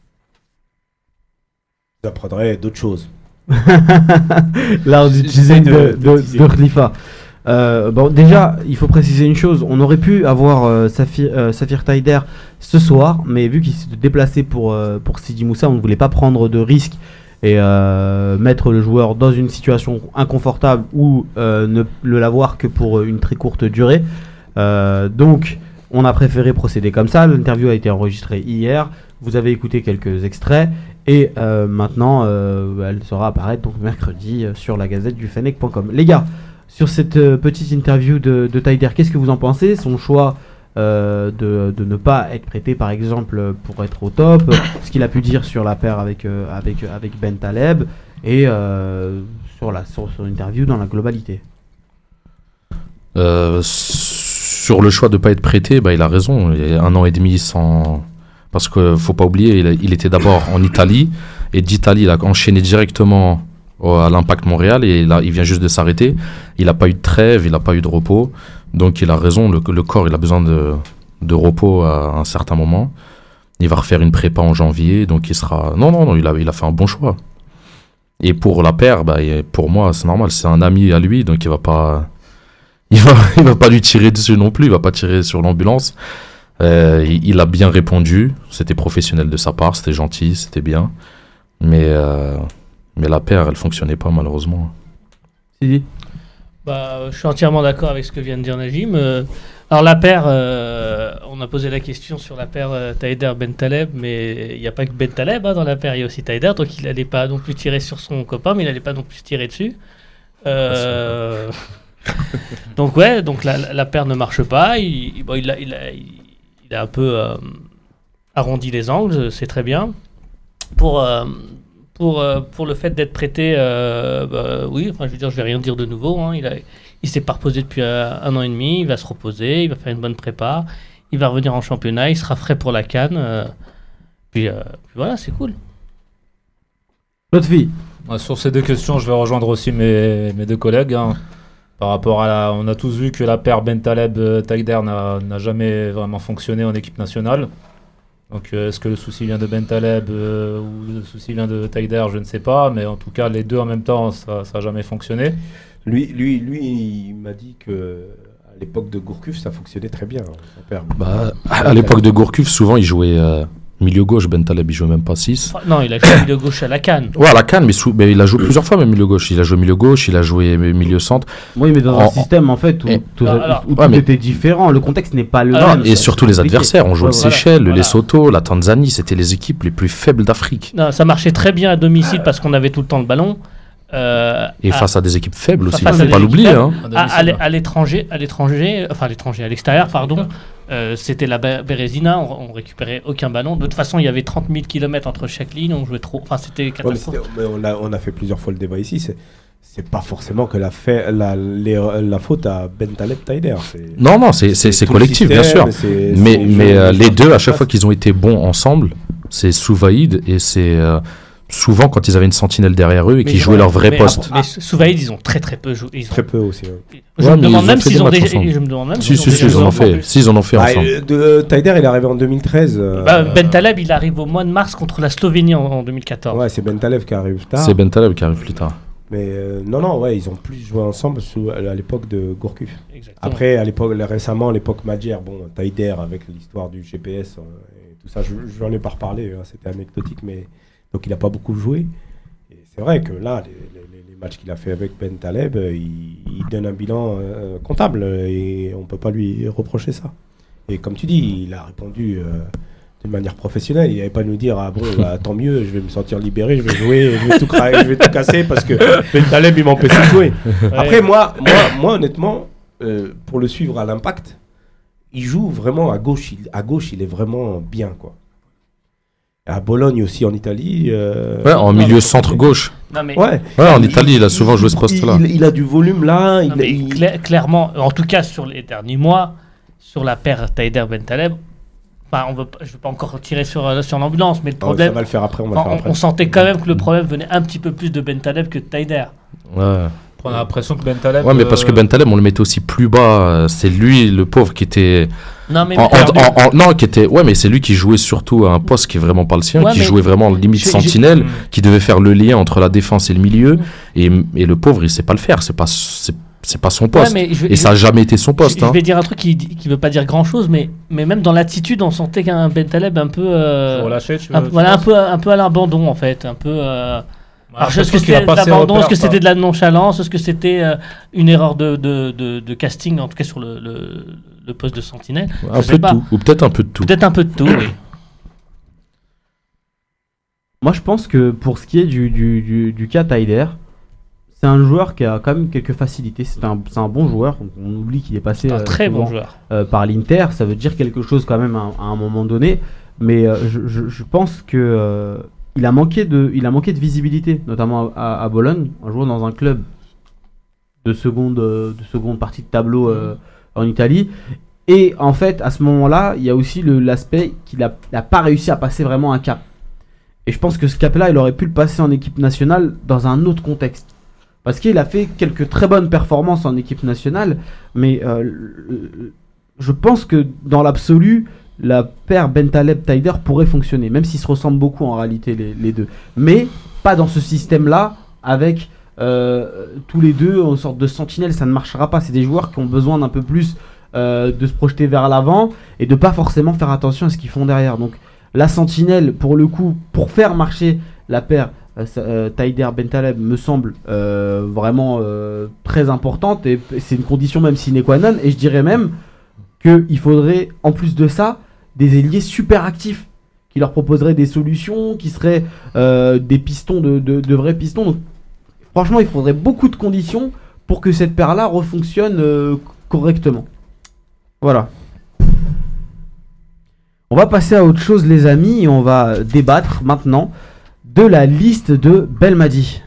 Vous apprendrez d'autres choses. Là, on utilisait de, de, de, de Khalifa. Euh, bon, déjà, il faut préciser une chose. On aurait pu avoir euh, Safir, euh, Safir Taider ce soir, mais vu qu'il s'est déplacé pour, euh, pour Sidi Moussa, on ne voulait pas prendre de risques et euh, mettre le joueur dans une situation inconfortable ou euh, ne le l'avoir que pour une très courte durée. Euh, donc, on a préféré procéder comme ça. L'interview a été enregistrée hier. Vous avez écouté quelques extraits. Et euh, maintenant, euh, elle sera apparaître donc mercredi euh, sur la gazette du fennec point com. Les gars, sur cette euh, petite interview de, de Taider, qu'est-ce que vous en pensez? Son choix euh, de, de ne pas être prêté, par exemple, pour être au top, ce qu'il a pu dire sur la paire avec, euh, avec, avec Ben Taleb, et euh, sur, la, sur son interview dans la globalité. Euh, sur le choix de ne pas être prêté, bah, il a raison. Il y a un an et demi sans... Parce qu'il ne faut pas oublier, il, il était d'abord en Italie, et d'Italie, il a enchaîné directement au, à l'Impact Montréal, et là, il vient juste de s'arrêter. Il n'a pas eu de trêve, il n'a pas eu de repos. Donc il a raison, le, le corps, il a besoin de, de repos à un certain moment. Il va refaire une prépa en janvier, donc il sera... Non, non, non, il a, il a fait un bon choix. Et pour la paire, bah, pour moi, c'est normal, c'est un ami à lui, donc il ne va pas... Il va, il va pas lui tirer dessus non plus, il ne va pas tirer sur l'ambulance. Euh, il, il a bien répondu, c'était professionnel de sa part, c'était gentil, c'était bien, mais, euh, mais la paire, elle fonctionnait pas malheureusement. Sidi ? Bah, je suis entièrement d'accord avec ce que vient de dire Najim. Euh, alors la paire, euh, on a posé la question sur la paire euh, Taider Ben Taleb, mais il n'y a pas que Ben Taleb hein, dans la paire, il y a aussi Taider, donc il n'allait pas non plus tirer sur son copain, mais il n'allait pas non plus tirer dessus. Euh, donc ouais, donc la, la paire ne marche pas. Il, bon, il a, il a, il, Il a un peu euh, arrondi les angles, c'est très bien. Pour, euh, pour, euh, pour le fait d'être prêté, euh, bah, oui, enfin, je veux dire, je vais rien dire de nouveau. Hein. Il, a, il s'est pas reposé depuis euh, un an et demi, il va se reposer, il va faire une bonne prépa, il va revenir en championnat, il sera frais pour la CAN. Euh, puis, euh, puis voilà, c'est cool. L'autre fille. Ouais, sur ces deux questions, je vais rejoindre aussi mes, mes deux collègues. Hein. Par rapport à la, on a tous vu que la paire Ben Taleb-Taider n'a, n'a jamais vraiment fonctionné en équipe nationale. Donc euh, est-ce que le souci vient de Ben Taleb euh, ou le souci vient de Taider, je ne sais pas, mais en tout cas les deux en même temps, ça n'a jamais fonctionné. Lui, lui, lui, il m'a dit que à l'époque de Gourcuff, ça fonctionnait très bien. Son père. Bah, à l'époque de Gourcuff, souvent il jouait euh, milieu gauche, Ben Taleb il jouait même pas six. Enfin, non, il a joué milieu gauche à la CAN. Ouais, à la CAN, mais, sous, mais il a joué plusieurs fois même milieu gauche. Il a joué milieu gauche, il a joué milieu centre. Oui, mais dans en, un système en fait où et, tout, alors, alors, où ouais, tout mais, était différent. Le contexte n'est pas le alors, même. Et surtout les adversaires. On jouait ouais, le voilà. Seychelles, le Voilà. Lesotho, la Tanzanie. C'était les équipes les plus faibles d'Afrique. Non, ça marchait très bien à domicile parce qu'on avait tout le temps le ballon. Euh, Et à, face à des équipes faibles aussi, il face ne à faut des pas équipes l'oublier. faibles. Hein. à, à, l'é- à l'étranger, à l'étranger, enfin à l'étranger, à l'extérieur, pardon. Euh, c'était la Bé- Bérésina, on, on récupérait aucun ballon. De toute façon, il y avait trente mille kilomètres entre chaque ligne, on jouait trop. Enfin, c'était Ouais, mais catastrophique. c'était- mais on, a, on a fait plusieurs fois le débat ici. C'est, c'est pas forcément que la, fait, la, les- la faute à Ben Taleb Taider. C'est, Non, non, c'est, c'est, c'est tout le collectif, bien sûr. système, c'est Mais, son mais jeu, euh, les les choses deux, qui à se chaque fois passent. qu'ils ont été bons ensemble, c'est Souvaïd et c'est euh, souvent quand ils avaient une sentinelle derrière eux et Mais qu'ils je- jouaient leur vrai mais- poste. Mais Souvaïd, ils ont très très peu joué. Ils ont- Très peu aussi. Ouais. Je Ouais, me mais demande ils ont même fait s'ils des ont matchs déjà. ensemble. Je me demande même Si, s'ils si, ont si, déjà ils en joué ont fait. ensemble. Si, ils en ont fait Bah, ensemble. euh, de, euh, Taider, il est arrivé en deux mille treize. euh, Bah, Ben Taleb, il arrive au mois de mars contre la Slovénie en, en deux mille quatorze. Ouais, c'est Ben Taleb qui arrive tard. C'est Ben Taleb qui arrive plus tard. Mais euh, non, non, ouais, ils ont plus joué ensemble sous, à l'époque de Gourcuff. Exactement. Après, à l'époque, récemment, à l'époque Madjer, bon, Taider avec l'histoire du G P S euh, et tout ça, je n'en ai pas reparlé, hein, c'était anecdotique, mais donc il n'a pas beaucoup joué. Et c'est vrai que là, les, les, les matchs qu'il a fait avec Ben Taleb, euh, il, il donne un bilan euh, comptable et on ne peut pas lui reprocher ça. Et comme tu dis, il a répondu euh, de manière professionnelle. Il n'allait pas nous dire ah bon, bah, tant mieux, je vais me sentir libéré, je vais jouer, je vais tout, cra- je vais tout casser parce que Ben Taleb il m'empêche de jouer. Ouais. Après, moi, moi, moi honnêtement, euh, pour le suivre à l'Impact, il joue vraiment à gauche. Il, à gauche, il est vraiment bien, quoi. À Bologne aussi, en Italie. euh, Ouais, en non, milieu mais- centre-gauche. Non, mais, Ouais. Ouais, en Italie, il a souvent joué ce il- poste-là. Il, il a du volume là. non, il, mais il- cla- clairement, en tout cas sur les derniers mois, sur la paire Taider Ben Taleb, enfin, on veut, pas- je ne veux pas encore tirer sur, euh, sur l'ambulance, mais le Oh, ça problème, va le faire après. On va enfin, le faire on, après. on sentait quand même que le problème venait un petit peu plus de Ben Taleb que de Taider. Ouais. On a l'impression que Bentaleb. Ouais, mais parce que euh, Bentaleb, on le mettait aussi plus bas. C'est lui, le pauvre, qui était. Non, mais En- alors, en- en- en- non, qui était. Ouais, mais c'est lui qui jouait surtout à un poste qui est vraiment pas le sien, Ouais, qui mais jouait vraiment limite j'ai- j'ai- sentinelle, Mm. qui devait faire le lien entre la défense et le milieu. Mm. Et, et le pauvre, il sait pas le faire. C'est pas, c'est, c'est pas son ouais, poste. mais je, Et ça a jamais été son poste. je, hein. je vais dire un truc qui, qui veut pas dire grand chose, mais, mais même dans l'attitude, on sentait qu'un Bentaleb un peu. euh, relâché, tu un, veux- tu voilà, un penses peu, un peu à l'abandon en fait. Un peu. euh, On a Alors, est-ce l'impression que qu'il a c'était pas de ses l'abandon, est-ce repères, que c'était quoi. de la nonchalance, est-ce que c'était euh, une erreur de, de, de, de casting, en tout cas sur le, le, le poste de sentinelle? Un je peu sais de pas. tout. Ou peut-être un peu de tout. Peut-être un peu de tout, oui. Moi, je pense que pour ce qui est du, du, du, du cas Taider, c'est un joueur qui a quand même quelques facilités. C'est un, c'est un bon joueur. On oublie qu'il est passé C'est un euh, très souvent, bon joueur. euh, par l'Inter. Ça veut dire quelque chose quand même à, à un moment donné. Mais euh, je, je, je pense que euh, il a manqué de, il a manqué de visibilité, notamment à, à, à Bologne, un joueur dans un club de seconde, euh, de seconde partie de tableau euh, en Italie. Et en fait, à ce moment-là, il y a aussi le- l'aspect qu'il a, il a pas réussi à passer vraiment un cap. Et je pense que ce cap-là, il aurait pu le passer en équipe nationale dans un autre contexte. Parce qu'il a fait quelques très bonnes performances en équipe nationale, mais euh, le- je pense que dans l'absolu, la paire Bentaleb-Taider pourrait fonctionner, même s'ils se ressemblent beaucoup en réalité les, les deux. Mais pas dans ce système-là, avec euh, tous les deux en sorte de sentinelle, ça ne marchera pas. C'est des joueurs qui ont besoin d'un peu plus euh, de se projeter vers l'avant et de pas forcément faire attention à ce qu'ils font derrière. Donc la sentinelle, pour le coup, pour faire marcher la paire euh, euh, Taider-Bentaleb, me semble euh, vraiment euh, très importante, et p- c'est une condition même sine qua non. Et je dirais même qu'il faudrait, en plus de ça, des ailiers super actifs qui leur proposeraient des solutions, qui seraient euh, des pistons, de, de, de vrais pistons. Donc, franchement, il faudrait beaucoup de conditions pour que cette paire-là refonctionne euh, correctement. Voilà. On va passer à autre chose, les amis, et on va débattre maintenant de la liste de Belmadi.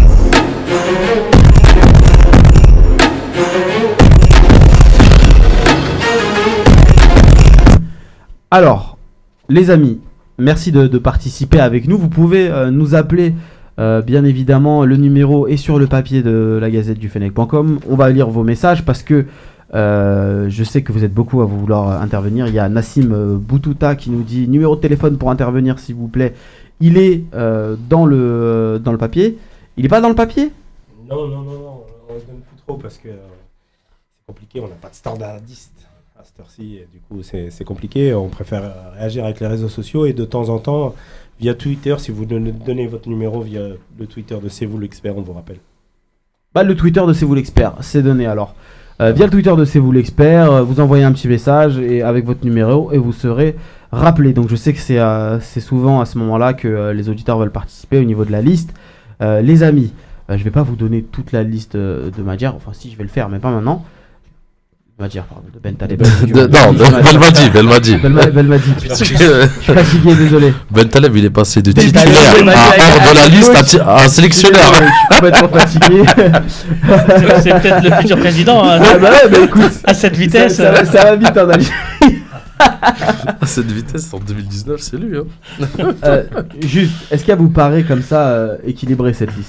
Alors, les amis, merci de, de participer avec nous. Vous pouvez euh, nous appeler, euh, bien évidemment, le numéro est sur le papier de la gazette du Fennec point com. On va lire vos messages parce que euh, je sais que vous êtes beaucoup à vouloir euh, intervenir. Il y a Nassim euh, Boutouta qui nous dit numéro de téléphone pour intervenir, s'il vous plaît. Il est euh, dans, le, dans le papier. Il n'est pas dans le papier ? Non, non, non, non, on ne donne plus trop parce que euh, c'est compliqué, on n'a pas de standardiste à cette heure-ci, et du coup c'est c'est compliqué, on préfère euh, réagir avec les réseaux sociaux et de temps en temps via Twitter, si vous donnez, donnez votre numéro via le Twitter de C'est vous l'expert, on vous rappelle. Bah, le Twitter de C'est vous l'expert, c'est donné alors. Euh, via le Twitter de C'est vous l'expert, euh, vous envoyez un petit message et avec votre numéro et vous serez rappelé. Donc je sais que c'est euh, c'est souvent à ce moment-là que euh, les auditeurs veulent participer au niveau de la liste. Euh, les amis, euh, je vais pas vous donner toute la liste euh, de Madjer, enfin si je vais le faire, mais pas maintenant. Madjer, pardon, de Bentaleb. De- non, de- Belmadi, Belmadi. Belma- Belmadi. Parce que, Je suis fatigué, désolé. Bentaleb, il est passé de Bentaleb, titulaire Belmadi, à avec hors de la un liste à, coach. ti- à un sélectionneur. Je suis complètement fatigué. C'est c'est peut-être le futur président hein, Ah bah ouais, bah écoute, à cette ça, vitesse. ça, va- ça va vite en Algérie. À cette vitesse, en deux mille dix-neuf, c'est lui. Hein. Euh, juste, est-ce qu'elle vous paraît comme ça euh, équilibrée cette liste ?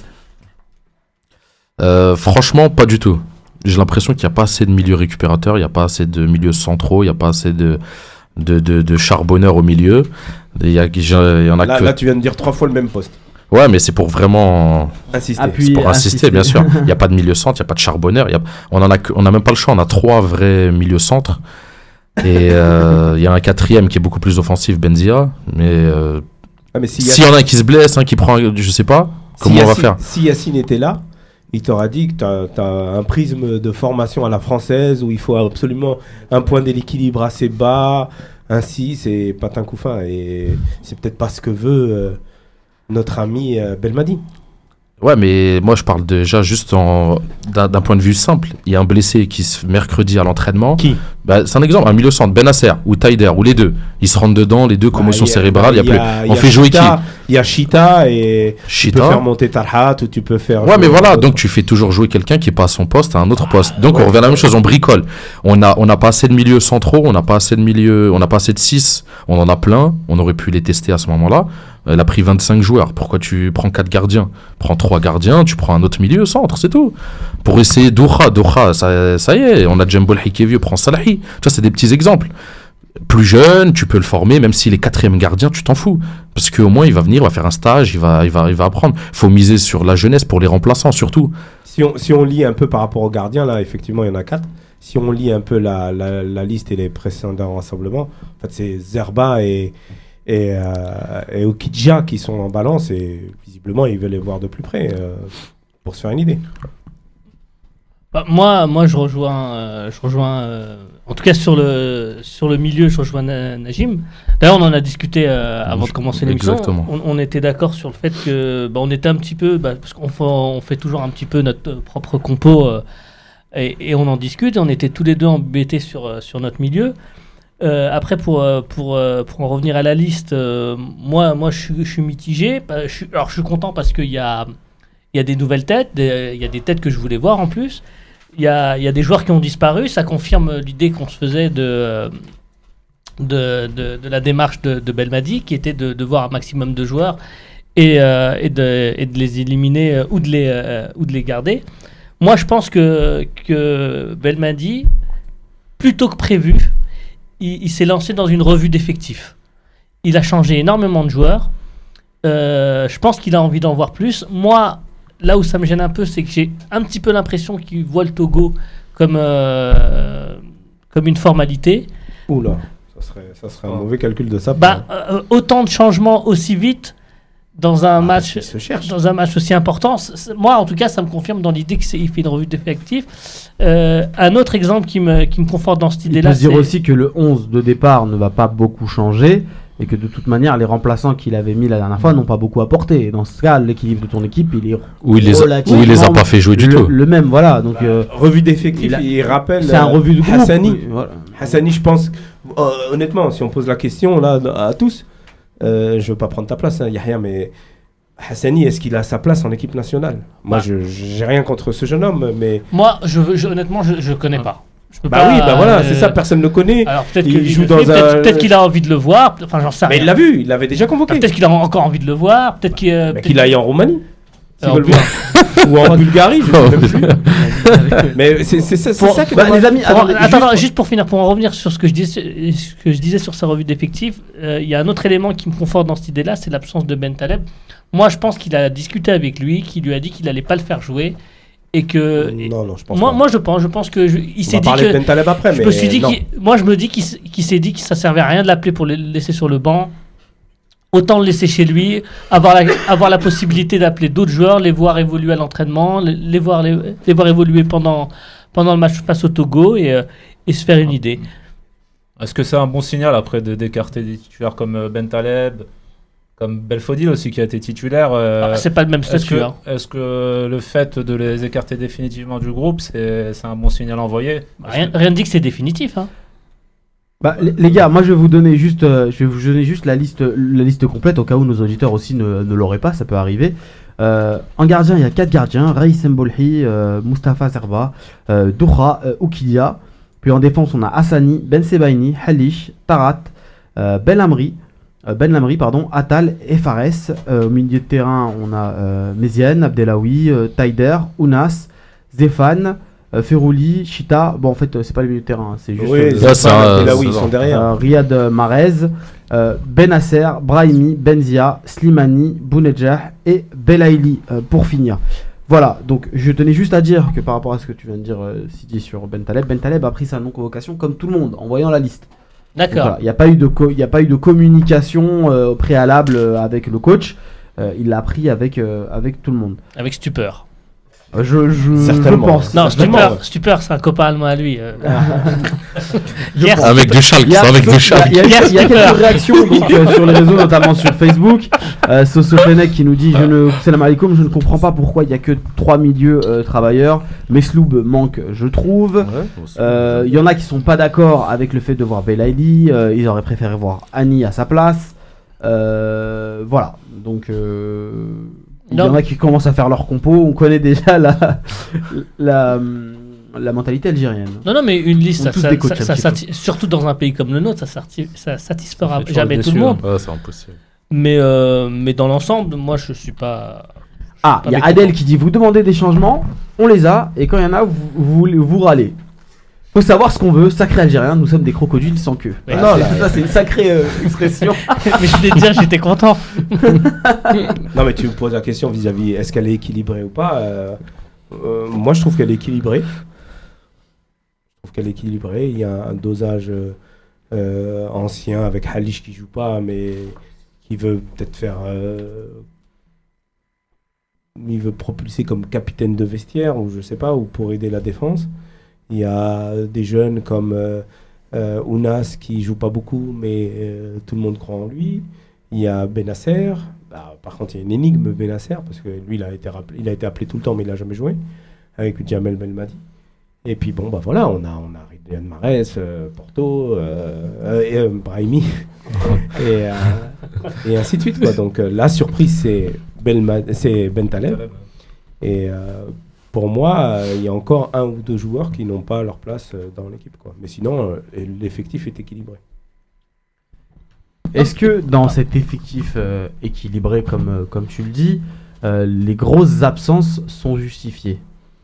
Euh, franchement, pas du tout. J'ai l'impression qu'il n'y a pas assez de milieux récupérateurs, il n'y a pas assez de milieux centraux, il n'y a pas assez de, de, de, de charbonneurs au milieu. Il y, a, il y en a Là, que. là tu viens de dire trois fois le même poste. Ouais, mais c'est pour vraiment. Insister. Appuie. C'est Puis, pour insister, insister. bien sûr. Il n'y a pas de milieu centre, il n'y a pas de charbonneur. il Y a... On en a que... on n'a même pas le choix, on a trois vrais milieux centres. Et euh, il y a un quatrième qui est beaucoup plus offensif, Benzia. Mais euh, Ah, mais si s'il y en a un qui se blesse, un qui prend, un- je sais pas, comment si on va Yacine- faire? Si Yacine était là, il t'aura dit que tu as un prisme de formation à la française où il faut absolument un point d'équilibre assez bas, un six et patin couffin. Et c'est peut-être pas ce que veut euh, notre ami euh, Belmadi. Ouais, mais moi je parle déjà juste en... d'un d'un point de vue simple. Il y a un blessé qui se mercredi à l'entraînement. Qui Bah, c'est un exemple, un milieu centre, Benasser ou Taider ou les deux. Ils se rentrent dedans, les deux commotions Bah, il y a- cérébrales. Il y a il y plus. a- il y On a fait jouer qui? Keita, Il y a Chita et Chita. tu peux faire monter Tarhat ou tu peux faire. Ouais, mais voilà, donc tu fais toujours jouer quelqu'un qui est pas à son poste à un autre poste. Donc ouais. on revient à la même chose, on bricole. On a, on a pas assez de milieux centraux, on n'a pas assez de milieux, on n'a pas assez de six, on en a plein, on aurait pu les tester à ce moment-là. Elle a pris vingt-cinq joueurs. Pourquoi tu prends quatre gardiens? Prends trois gardiens, tu prends un autre milieu centre, c'est tout. Pour essayer Doha, Doha, ça, ça y est, on a Djembol qui est vieux, prends Salahi. Tu vois, c'est des petits exemples. Plus jeune, tu peux le former, même s'il est quatrième gardien, tu t'en fous. Parce qu'au moins, il va venir, il va faire un stage, il va, il va, il va apprendre. Il faut miser sur la jeunesse pour les remplaçants, surtout. Si on, si on lit un peu par rapport aux gardiens, là, effectivement, il y en a quatre. Si on lit un peu la, la, la liste et les précédents rassemblements, en fait, c'est Zerba et, et, euh, et Okidja qui sont en balance et visiblement, ils veulent les voir de plus près euh, pour se faire une idée. Bah, moi, moi, je rejoins, euh, je rejoins euh, en tout cas sur le, sur le milieu, je rejoins Na- Najim. D'ailleurs, on en a discuté euh, avant de commencer l'émission. Exactement. On, on était d'accord sur le fait que, bah, on était un petit peu, bah, parce qu'on fait, on fait toujours un petit peu notre propre compo euh, et, et on en discute. Et on était tous les deux embêtés sur, euh, sur notre milieu. Euh, après, pour, euh, pour, euh, pour en revenir à la liste, euh, moi, moi, je suis, je suis mitigé. Bah, je suis, alors, je suis content parce qu'il y a, il y a des nouvelles têtes, des- il y a des têtes que je voulais voir en plus. Il y a, il y a des joueurs qui ont disparu, ça confirme l'idée qu'on se faisait de, de, de, de la démarche de, de Belmadi, qui était de, de voir un maximum de joueurs et, euh, et, de, et de les éliminer euh, ou, de les, euh, ou de les garder. Moi, je pense que, que Belmadi, plutôt que prévu, il, il s'est lancé dans une revue d'effectifs. Il a changé énormément de joueurs. Euh, je pense qu'il a envie d'en voir plus. Moi, là où ça me gêne un peu, c'est que j'ai un petit peu l'impression qu'il voit le Togo comme, euh, comme une formalité. Oula, ça serait, ça serait un mauvais calcul de ça. Bah, euh, autant de changements aussi vite dans un, Ah, match, il se cherche. dans un match aussi important. C- c- Moi, en tout cas, ça me confirme dans l'idée qu'il fait une revue d'effectifs. Euh, un autre exemple qui me, qui me conforte dans cette Il idée-là, peut se dire c'est- aussi que le onze de départ ne va pas beaucoup changer et que de toute manière les remplaçants qu'il avait mis la dernière fois n'ont pas beaucoup apporté. Et dans ce cas, l'équilibre de ton équipe, il est Ou il les a, relativement ou il les a pas fait jouer du le, tout. le même, voilà. Donc euh, Revue d'effectifs, il a- il, rappelle. c'est un euh, revue de groupe. Hassani. oui, voilà. Hassani, je pense, euh, honnêtement, si on pose la question là à tous, euh, je veux pas prendre ta place, hein, Yahya, mais Hassani, est-ce qu'il a sa place en équipe nationale? Moi, Bah. je j'ai rien contre ce jeune homme, mais moi, je, je- honnêtement, je ne connais pas. Je peux bah pas, oui, bah voilà, euh, c'est ça, personne ne le connaît. Alors peut-être Il que lui joue le dans fait, peut-être, un- peut-être qu'il a envie de le voir. Enfin, j'en sais Mais rien. il l'a vu, il l'avait déjà Ah, convoqué. peut-être qu'il a encore envie de le voir. Peut-être qu'il, euh, Mais peut-être qu'il aille en Roumanie, s'ils Euh, veulent voir. Ou en Bulgarie, je sais même plus. qu'il- Mais c'est c'est ça, c'est Pour- ça que Bah, les amis, Pour- attendez, attends, juste- attends, juste pour finir, pour en revenir sur ce que je disais, ce que je disais sur sa revue d'effectifs, euh, il y a un autre élément qui me conforte dans cette idée-là, c'est l'absence de Ben Taleb. Moi, je pense qu'il a discuté avec lui, qu'il lui a dit qu'il n'allait pas le faire jouer, et que et- Non, non, je pense moi, pas. moi, je pense, je pense que je- il On s'est va dit parler que de Ben Taleb après, je mais me suis dit non. qu'il- moi, je me dis qu'il, s- qu'il s'est dit que ça servait à rien de l'appeler pour le laisser sur le banc. Autant le laisser chez lui, avoir la, avoir la possibilité d'appeler d'autres joueurs, les voir évoluer à l'entraînement, les, les voir, les, les voir évoluer pendant, pendant le match face au Togo et, euh, et se faire une idée. Est-ce que c'est un bon signal après de- d'écarter des titulaires comme euh, Ben Taleb, comme Belfodil aussi qui a été titulaire euh, Ah, c'est pas le même Est-ce statut. que, hein. est-ce que le fait de les écarter définitivement du groupe, c'est c'est un bon signal envoyé? Parce Rien, que- rien ne dit que c'est définitif. Hein. Bah, les, les gars, moi je vais vous donner juste, euh, je vais vous donner juste la liste, la liste complète au cas où nos auditeurs aussi ne, ne l'auraient pas, ça peut arriver. Euh, en gardien, il y a quatre gardiens, Raïs Mbolhi, euh, Mustafa Serba, euh, Doura, euh, Oukidia. Puis en défense, on a Hassani, Ben Sebaini, Halish, Tarat, euh, Ben Lamri, euh, Ben Lamri, pardon, Atal et Fares. Euh, au milieu de terrain, on a euh, Méziane, Abdelawi, euh, Taider, Ounas, Zéphane, euh, Ferouli, Chita. Bon, en fait, euh, c'est pas les milieux de terrain, hein, c'est juste. Oui, euh, c'est ça, pas- et là ça où ils va. sont derrière. euh, Riyad Mahrez, euh, Benasser, Brahimi, Benzia, Slimani, Bounedjah et Belaïli euh, pour finir. Voilà, donc je tenais juste à dire que par rapport à ce que tu viens de dire, euh, Sidi, sur Ben Taleb, Ben Taleb a pris sa non-convocation comme tout le monde en voyant la liste. D'accord. Il n'y a, pas eu de co- y a pas eu de communication euh, au préalable euh, avec le coach, euh, il l'a pris avec, euh, avec tout le monde. Avec stupeur. Euh, je, je, je Certainement. pense. Non, Certainement, stupeur, ouais. stupeur, c'est un copain allemand à lui. euh. Je Hier, pense. Un mec de Schalke, Il y a, c'est un mec de il y a- Schalke. il y a- il y a Yes, quelques super. réactions donc, euh, sur les réseaux, notamment sur Facebook. Euh, Soso Fenech qui nous dit je ne, Salam alaikum, je ne comprends pas pourquoi il n'y a que trois milieux euh, travailleurs. Mesloub manque, je trouve. Euh, Il y en a qui sont pas d'accord avec le fait de voir Belaïli. Euh, ils auraient préféré voir Annie à sa place. Euh, voilà. Donc, euh, il y Non. en a qui commencent à faire leur compo. On connaît déjà la, la, la mentalité algérienne. Non, non, mais une liste, On ça, tous ça, des coachs ça- un ça petit sati- surtout dans un pays comme le nôtre, ça, sarti- ça satisfera Ça fait toujours jamais tout déçu, le monde. Ouais, c'est impossible. Mais, euh, mais dans l'ensemble, moi, je suis pas. Ah, Pas il y a mécontent. Adèle qui dit vous demandez des changements, on les a, et quand il y en a, vous, vous, vous râlez. Faut savoir ce qu'on veut, sacré algérien, nous sommes des crocodiles sans queue. Ouais. Voilà, Non, c'est- là, ça c'est une sacrée euh, expression. mais je voulais te dire, j'étais content. Non, mais tu me poses la question vis-à-vis est-ce qu'elle est équilibrée ou pas euh, euh, Moi, je trouve qu'elle est équilibrée. Je trouve qu'elle est équilibrée. Il y a un dosage euh, euh, ancien avec Halish qui joue pas, mais qui veut peut-être faire. Euh, il veut propulser comme capitaine de vestiaire, ou je sais pas, ou pour aider la défense. Il y a des jeunes comme euh, euh, Ounas qui joue pas beaucoup, mais euh, tout le monde croit en lui. Il y a Benasser. Bah, par contre, il y a une énigme Benasser, parce que lui, il a été, rappelé, il a été appelé tout le temps, mais il n'a jamais joué, avec Jamel Belmadi. Et puis, bon, bah voilà, on a, on a Ryan Mahrez, euh, Porto, euh, euh, et, euh, Brahimi, et, euh, et ainsi de suite, quoi. Donc, euh, la surprise, c'est, Belma- c'est Bentaleb. Et euh, pour moi, euh, il y a encore un ou deux joueurs qui n'ont pas leur place euh, dans l'équipe, quoi. Mais sinon, euh, l'effectif est équilibré. Est-ce que dans cet effectif euh, équilibré, comme, euh, comme tu le dis, euh, les grosses absences sont justifiées?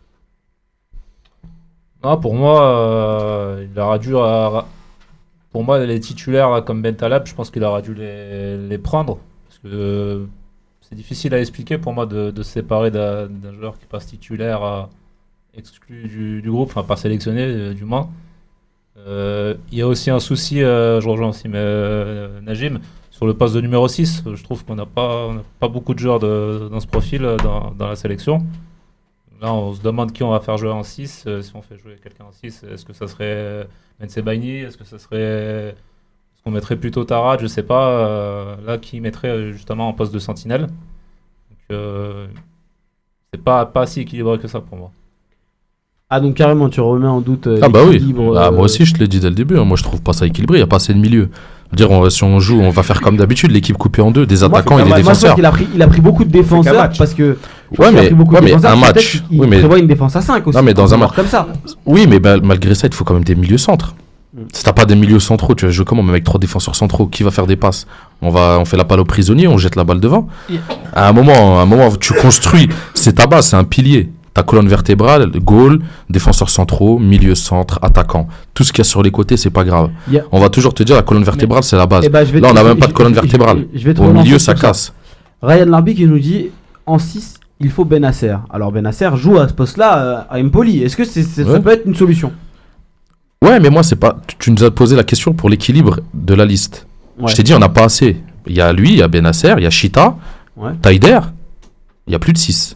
Non, pour moi, euh, il aurait dû. euh, pour moi, les titulaires là, comme Bentaleb, je pense qu'il aurait dû les, les prendre. Parce que euh, c'est difficile à expliquer pour moi de, de se séparer d'un d'un joueur qui passe titulaire euh, exclu du, du groupe, enfin pas sélectionné euh, du moins. Euh, Il y a aussi un souci, euh, je rejoins aussi mais, euh, Najim, sur le poste de numéro six. Je trouve qu'on n'a pas, on n'a pas beaucoup de joueurs de- dans ce profil euh, dans, dans la sélection. Là, on se demande qui on va faire jouer en six. euh, si on fait jouer quelqu'un en six, est-ce que ça serait Mensebaini? Est-ce que ça serait. Est-ce qu'on mettrait plutôt Tarad? Je sais pas. euh, là, qui mettrait euh, justement en poste de sentinelle? Donc, euh, c'est pas, pas si équilibré que ça pour moi. Ah, donc carrément, tu remets en doute euh, Ah bah oui, l'équilibre, Ah, euh, moi aussi je te l'ai dit dès le début, hein. Moi je trouve pas ça équilibré, il n'y a pas assez de milieu. Je veux dire, on- si on joue, on va faire comme d'habitude, l'équipe coupée en deux, des Moi, attaquants et c'est des pas mal. Moi, je défenseurs. pense qu'il a pris, il a pris beaucoup de défenseurs match. parce que. je pense Ouais, qu'il a mais- pris beaucoup ouais, de mais défenseurs, un peut-être match, qu'il oui, mais- prévoit une défense à cinq aussi. Non, mais dans on peut un voir match- comme ça. Oui, mais bah, malgré ça, il te faut quand même des milieux centres. Mm. Si t'as pas des milieux centraux, tu vas jouer comment? Même avec trois défenseurs centraux, qui va faire des passes? On va, on fait la balle au prisonnier, on jette la balle devant. Yeah. À un moment, à un moment, tu construis. C'est ta base, c'est un pilier. Ta colonne vertébrale, goal, défenseurs centraux, milieu centre, attaquant. Tout ce qu'il y a sur les côtés, c'est pas grave. Il y a- On va toujours te dire la colonne vertébrale, c'est la base. Eh ben, je vais Là, te- on n'a même je- pas de colonne je- je- vertébrale. je vais te Au relancer milieu, sur ça casse. Ryan Larbi qui nous dit en six, il faut Benasser. Alors Benasser joue à ce poste-là euh, à Empoli. Est-ce que c'est, c'est- ça Ouais. peut être une solution? Ouais, mais moi, c'est pas. tu- Tu nous as posé la question pour l'équilibre de la liste. Ouais. Je t'ai dit, on n'a pas assez. Il y a lui, il y a Benasser, il y a Chita, Ouais. Taider. Il y a plus de six.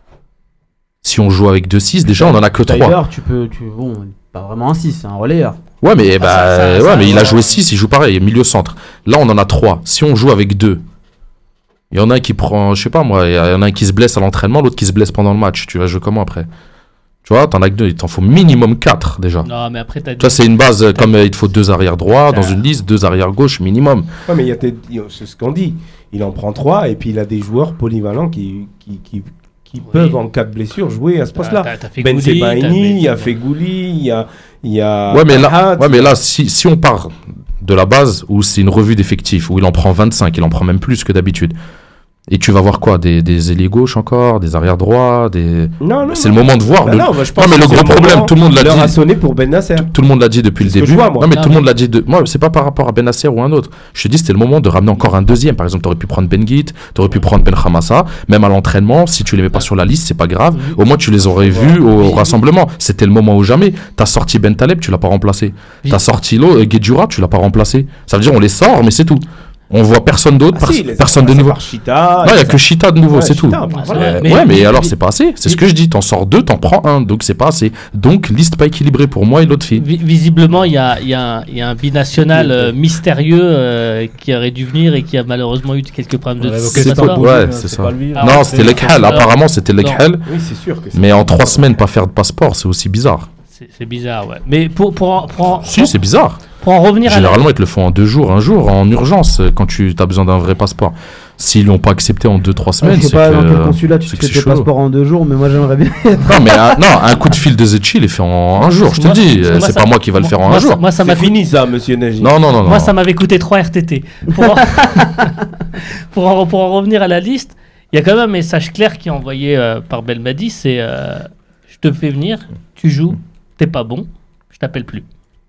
Si on joue avec deux six, déjà, on en a que trois. Tyler, tu peux. Tu, bon, pas vraiment un six, c'est un relayeur. Ouais, mais, bah, ça- ça- ouais, ça- mais il a ouais. joué six, il joue pareil, milieu centre. Là, on en a trois. Si on joue avec deux, il y en a un qui prend, je sais pas moi, il y en a un qui se blesse à l'entraînement, l'autre qui se blesse pendant le match. Tu vas jouer comment après? Tu vois, t'en as que deux, il t'en faut minimum quatre déjà. Non, mais après, t'as Tu vois, c'est une base euh, comme euh, il te faut deux arrière droit dans Ah. une liste, deux arrière gauche minimum. Ouais, mais il y a des- il y a- c'est ce qu'on dit. Il en prend trois et puis il a des joueurs polyvalents qui, qui, qui, qui Oui. peuvent, en cas de blessure, jouer à ce poste-là. T'as- t'as fait Ben Gouli, t'as Sebaini, il y a fait- Fegouli, il y a. Il y a Ouais, mais là, Fahad. ouais, mais là si, si on part de la base où c'est une revue d'effectifs, où il en prend vingt-cinq, il en prend même plus que d'habitude. Et tu vas voir quoi? Des, des ailiers gauches encore, des arrière droits, des. Non, non, C'est non. le moment de voir. Bah le... non, bah, je pense Non, mais que le c'est gros problème, moment, tout le monde l'a l'heure dit. a sonné pour Ben Nasser. Tout le monde l'a dit depuis le C'est ce que début. je vois, moi. Non, mais Non, tout le mais- monde l'a dit. De... Moi, c'est pas par rapport à Ben Nasser ou un autre. Je te dis, c'était le moment de ramener encore un deuxième. Par exemple, t'aurais pu prendre Ben Guit, t'aurais pu prendre Ben Khamassa. Même à l'entraînement, si tu les mets pas sur la liste, c'est pas grave. Au moins, tu les aurais vus au, au rassemblement. C'était le moment ou jamais. T'as sorti Ben Taleb, tu l'as pas remplacé. Oui. T'as sorti Lo, euh, Guedjura, tu l'as pas remplacé. Ça veut dire, on les sort, mais c'est tout. On voit personne d'autre, Ah, pers- si, il les a personne de remplacés nouveau. par Chita, Non, il y a les que Chita de nouveau, Ouais, c'est tout. Chita, bah, voilà. Euh, Mais- ouais, mais mais- alors mais- c'est pas assez. C'est ce mais- que je dis. T'en sors deux, t'en prends un. Donc c'est pas assez. Donc liste pas équilibrée pour moi et l'autre fille. Vi- Visiblement, il y a, il y, a un- il y a un binational euh, mystérieux euh, qui aurait dû venir et qui a malheureusement eu quelques problèmes de Ouais, de c'est passeport. pas- ouais, c'est ça. lui. Ah, Non, c'était Lekhel. alors- Apparemment, c'était non. Lekhel. Oui, c'est sûr que c'est. Mais en trois semaines, pas faire de passeport, c'est aussi bizarre. C'est c'est bizarre, ouais. Mais pour, pour, en- pour, en- Si, c'est bizarre. pour en revenir Généralement, à la... ils te le font en deux jours, un jour, en urgence, quand tu as besoin d'un vrai passeport. S'ils l'ont pas accepté en deux trois semaines, ah, je sais c'est pas que, dans quel consulat tu c'est fais tes passeports en deux jours, mais moi j'aimerais bien. non, mais un, non, un coup de fil de Zetchi, il est fait en un jour. Je te moi, dis, moi, c'est ça, pas moi qui va moi, le faire en moi, un ça, jour. Moi, ça c'est m'a fini ça, monsieur Nagy. Non, non, non, non. Moi, ça m'avait coûté trois R T T. Pour en... pour, en, pour en revenir à la liste, il y a quand même un message clair qui est envoyé euh, par Belmadi, c'est euh, je te fais venir, tu joues, t'es pas bon, je t'appelle plus.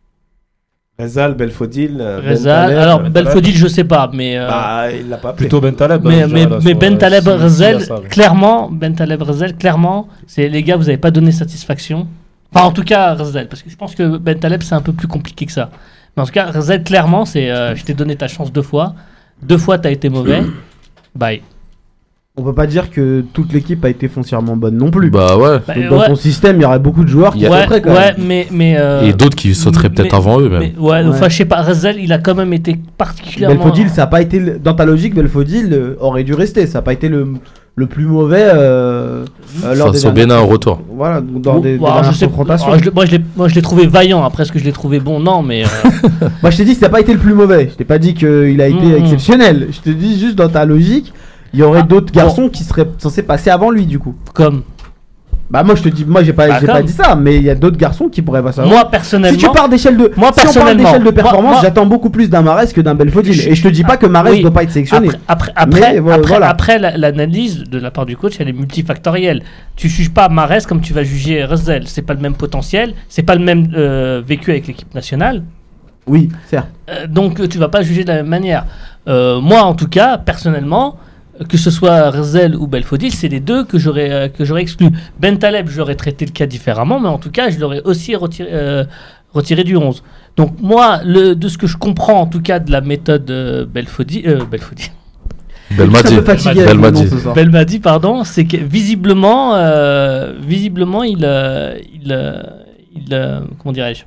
Rezal, Belfodil. Rezal, ben alors Belfodil, je sais pas, mais. Euh, bah, il l'a pas appelé. Plutôt Bentaleb. Mais, hein, mais, là, mais sur, Bentaleb euh, Rezel, si, si, clairement, Bentaleb Rezel, clairement, c'est les gars, vous avez pas donné satisfaction. Enfin, en tout cas, Rezel, parce que je pense que Bentaleb, c'est un peu plus compliqué que ça. Mais en tout cas, Rezel, clairement, c'est euh, je t'ai donné ta chance deux fois. Deux fois, t'as été mauvais. Bye. On peut pas dire que toute l'équipe a été foncièrement bonne non plus. Bah ouais. Bah, Donc, dans ouais. ton système, il y aurait beaucoup de joueurs qui Ouais, seraient prêts quand ouais, même. mais. mais euh, Et d'autres qui sauteraient peut-être mais- avant eux, même. mais- ouais, Ouais. enfin, je sais pas, Rezel, il a quand même été particulièrement. Belfodil, ça a pas été le- dans ta logique, Belfodil euh, aurait dû rester. Ça a pas été le, le plus mauvais euh, euh, lors des Face au dernières- Bénin au retour. Voilà, dans Bon, des, des bah, dernières je sais, confrontations. alors, je l'ai- moi, je l'ai, moi, je l'ai trouvé vaillant. Après, est-ce que je l'ai trouvé bon? Non, mais. euh, Moi, je t'ai dit que ça n'a pas été le plus mauvais. Je t'ai pas dit qu'il a été Mhm. exceptionnel. Je te dis juste dans ta logique, il y aurait Ah, d'autres bon. garçons qui seraient censés passer avant lui, du coup. comme. Bah, moi, je te dis, moi, j'ai pas, Bah, j'ai pas comme. dit ça, mais il y a d'autres garçons qui pourraient passer avant. Moi, personnellement. Si tu pars d'échelle de, Moi, si on parle personnellement, d'échelle de moi- performance, moi- j'attends beaucoup plus d'un Mahrez que d'un Belfodil. Je- Et je te dis pas que Mahrez oui. doit pas être sélectionné. Après, après, après, Mais, voilà, après, voilà. après, la- l'analyse de la part du coach, elle est multifactorielle. Tu juges pas Mahrez comme tu vas juger Rezel. C'est pas le même potentiel, c'est pas le même euh, vécu avec l'équipe nationale. Oui, certes. Euh, donc euh, tu vas pas juger de la même manière. Euh, moi, en tout cas, personnellement, euh, que ce soit Rezel ou Belfodil, c'est les deux que j'aurais euh, que j'aurais exclus. Bentaleb, j'aurais traité le cas différemment, mais en tout cas, je l'aurais aussi retiré, euh, retiré du onze. Donc moi, le, de ce que je comprends, en tout cas, de la méthode euh, Belfodil, euh, Belfodil. Belmadi. Je suis un peu fatigué avec le nom Belmadi. ce soir. Belmadi, pardon, c'est que visiblement, euh, visiblement, il, euh, il, euh, il, euh, comment dirais-je,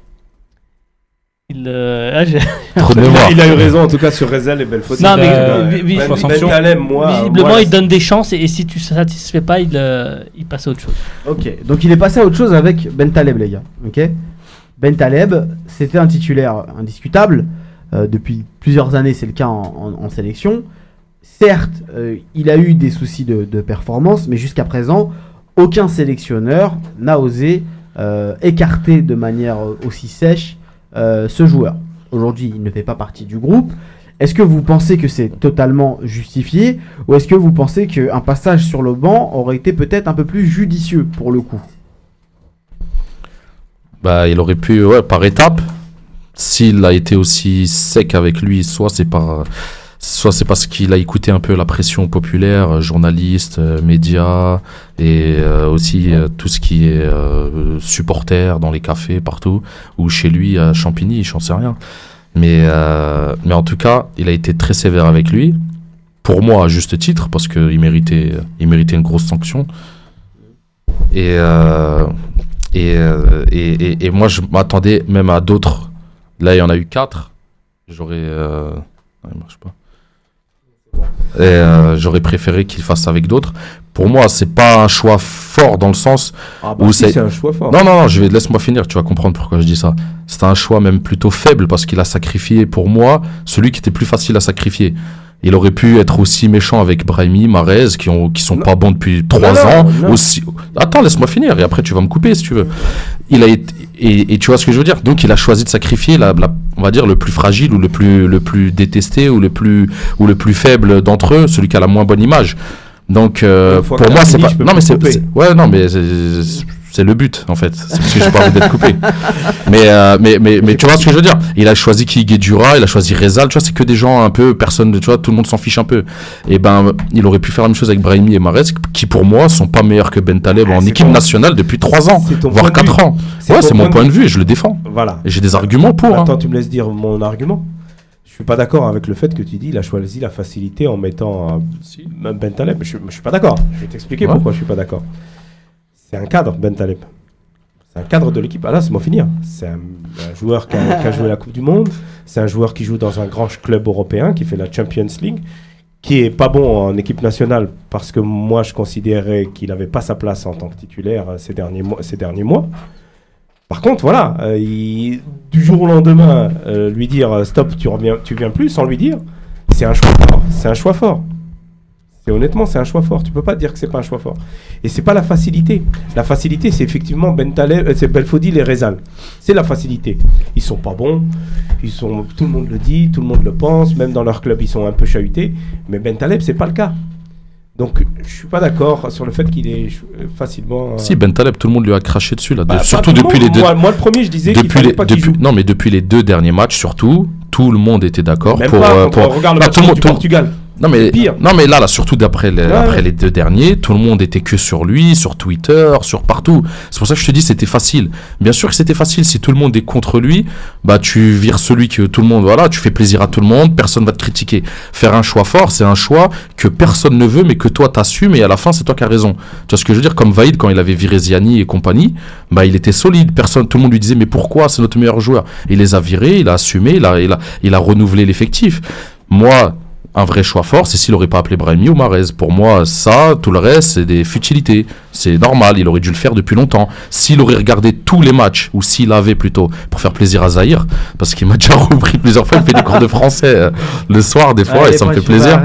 il, euh, ah, j'ai- Trop de Il a, mémoire. il a eu raison en tout cas sur Rezal et Belfodil. Non, mais, Euh, vi- vi- Ben- sanction. Bentaleb, moi. visiblement, moi, il donne des chances et, et si tu ne satisfais pas, il, euh, il passe à autre chose. Ok, donc il est passé à autre chose avec Bentaleb, les gars. Ok. Bentaleb, c'était un titulaire indiscutable. Euh, depuis plusieurs années, c'est le cas en, en- en sélection. Certes, euh, il a eu des soucis de, de performance, mais jusqu'à présent, aucun sélectionneur n'a osé euh, écarter de manière aussi sèche euh, ce joueur. Aujourd'hui, il ne fait pas partie du groupe. Est-ce que vous pensez que c'est totalement justifié ou est-ce que vous pensez qu'un passage sur le banc aurait été peut-être un peu plus judicieux pour le coup? Bah, il aurait pu, ouais, par étapes. S'il a été aussi sec avec lui, soit c'est par, soit c'est parce qu'il a écouté un peu la pression populaire, euh, journalistes, euh, médias, et euh, aussi euh, tout ce qui est euh, supporters dans les cafés partout, ou chez lui à Champigny, j'en sais rien. Mais, euh, mais en tout cas, il a été très sévère avec lui. Pour moi, à juste titre, parce qu'il méritait, il méritait une grosse sanction. Et, euh, et, euh, et, et, et moi, je m'attendais même à d'autres. Là, il y en a eu quatre. J'aurais. Euh... ouais, il marche pas. Et, euh, j'aurais préféré qu'il fasse avec d'autres. Pour moi, c'est pas un choix fort dans le sens. Ah bah Ou si, c'est- c'est un choix fort. Non, non, non, je vais laisse-moi finir. Tu vas comprendre pourquoi je dis ça. C'est un choix même plutôt faible parce qu'il a sacrifié pour moi celui qui était plus facile à sacrifier. Il aurait pu être aussi méchant avec Brahimi, Mahrez, qui ont qui sont Non. pas bons depuis trois non, ans. non. Aussi. Attends, laisse-moi finir et après tu vas me couper si tu veux. Il a été et, et tu vois ce que je veux dire. Donc il a choisi de sacrifier la, la- on va dire le plus fragile ou le plus le plus détesté ou le plus ou le plus faible d'entre eux, celui qui a la moins bonne image. Donc euh, Une fois pour que moi t'as c'est fini, pas je peux non mais plus c'est couper. c'est- ouais non mais c'est- c'est c'est le but en fait. C'est parce que j'ai pas envie d'être coupé. Mais euh, mais mais mais tu vois ce que je veux dire. Il a choisi qui Guedjura, il a choisi Rezal. Tu vois c'est que des gens un peu personne. Tu vois tout le monde s'en fiche un peu. Et ben il aurait pu faire la même chose avec Brahimi et Mahrez qui pour moi sont pas meilleurs que Bentaleb Ah, en c'est équipe ton- nationale depuis trois ans c'est ton voire point de quatre vue. ans. C'est Ouais ton c'est mon point de vue et je le défends. Voilà. Et j'ai des arguments pour. hein. Attends, tu me laisses dire mon argument. Je suis pas d'accord avec le fait que tu dis il a choisi la facilité en mettant euh, même Bentaleb. Je, je suis pas d'accord. Je vais t'expliquer Ouais. pourquoi je suis pas d'accord. C'est un cadre, Bentaleb. C'est un cadre de l'équipe. Ah là, c'est moi finir. C'est un, un joueur qui a, qui a joué la Coupe du Monde. C'est un joueur qui joue dans un grand club européen, qui fait la Champions League, qui est pas bon en équipe nationale parce que moi je considérais qu'il n'avait pas sa place en tant que titulaire euh, ces derniers mois. Ces derniers mois. Par contre, voilà, euh, il, du jour au lendemain, euh, lui dire euh, stop, tu reviens, tu viens plus, sans lui dire, c'est un choix fort. C'est un choix fort. C'est honnêtement, c'est un choix fort. Tu peux pas dire que c'est pas un choix fort. Et c'est pas la facilité. La facilité, c'est effectivement Bentaleb, euh, c'est Belfodil et Rezal. C'est la facilité. Ils sont pas bons. Ils sont, tout le monde le dit, tout le monde le pense. Même dans leur club, ils sont un peu chahutés. Mais Bentaleb, c'est pas le cas. Donc, je suis pas d'accord sur le fait qu'il est facilement. Euh... Si Bentaleb, tout le monde lui a craché dessus là. Bah, de, surtout depuis les deux. Moi, moi, le premier, je disais qu'il fallait les, pas qu'il depuis, joue. Non, mais depuis les deux derniers matchs, surtout, tout le monde était d'accord Même pour. pas, euh, pour pour... regarde le Bah, match tout le monde, du tout... Portugal. Non mais, pire. non mais là, là surtout d'après les, ouais, après ouais. les deux derniers, tout le monde était que sur lui, sur Twitter, sur partout. C'est pour ça que je te dis c'était facile. Bien sûr que c'était facile, si tout le monde est contre lui, bah tu vires celui que tout le monde, voilà, tu fais plaisir à tout le monde, personne va te critiquer. Faire un choix fort, c'est un choix que personne ne veut, mais que toi t'assumes et à la fin c'est toi qui as raison. Tu vois ce que je veux dire? Comme Vaïd quand il avait viré Ziani et compagnie, bah il était solide, personne, tout le monde lui disait mais pourquoi, c'est notre meilleur joueur. Il les a virés, il a assumé, il a, il a, il a renouvelé l'effectif. Moi, un vrai choix fort, c'est s'il n'aurait pas appelé Brahimi ou Mahrez. Pour moi, ça, tout le reste, c'est des futilités. C'est normal, il aurait dû le faire depuis longtemps. S'il aurait regardé tous les matchs, ou s'il avait plutôt, pour faire plaisir à Zahir, parce qu'il m'a déjà repris plusieurs fois, il fait des cours de français euh, le soir, des fois, ouais, et ça me fait plaisir.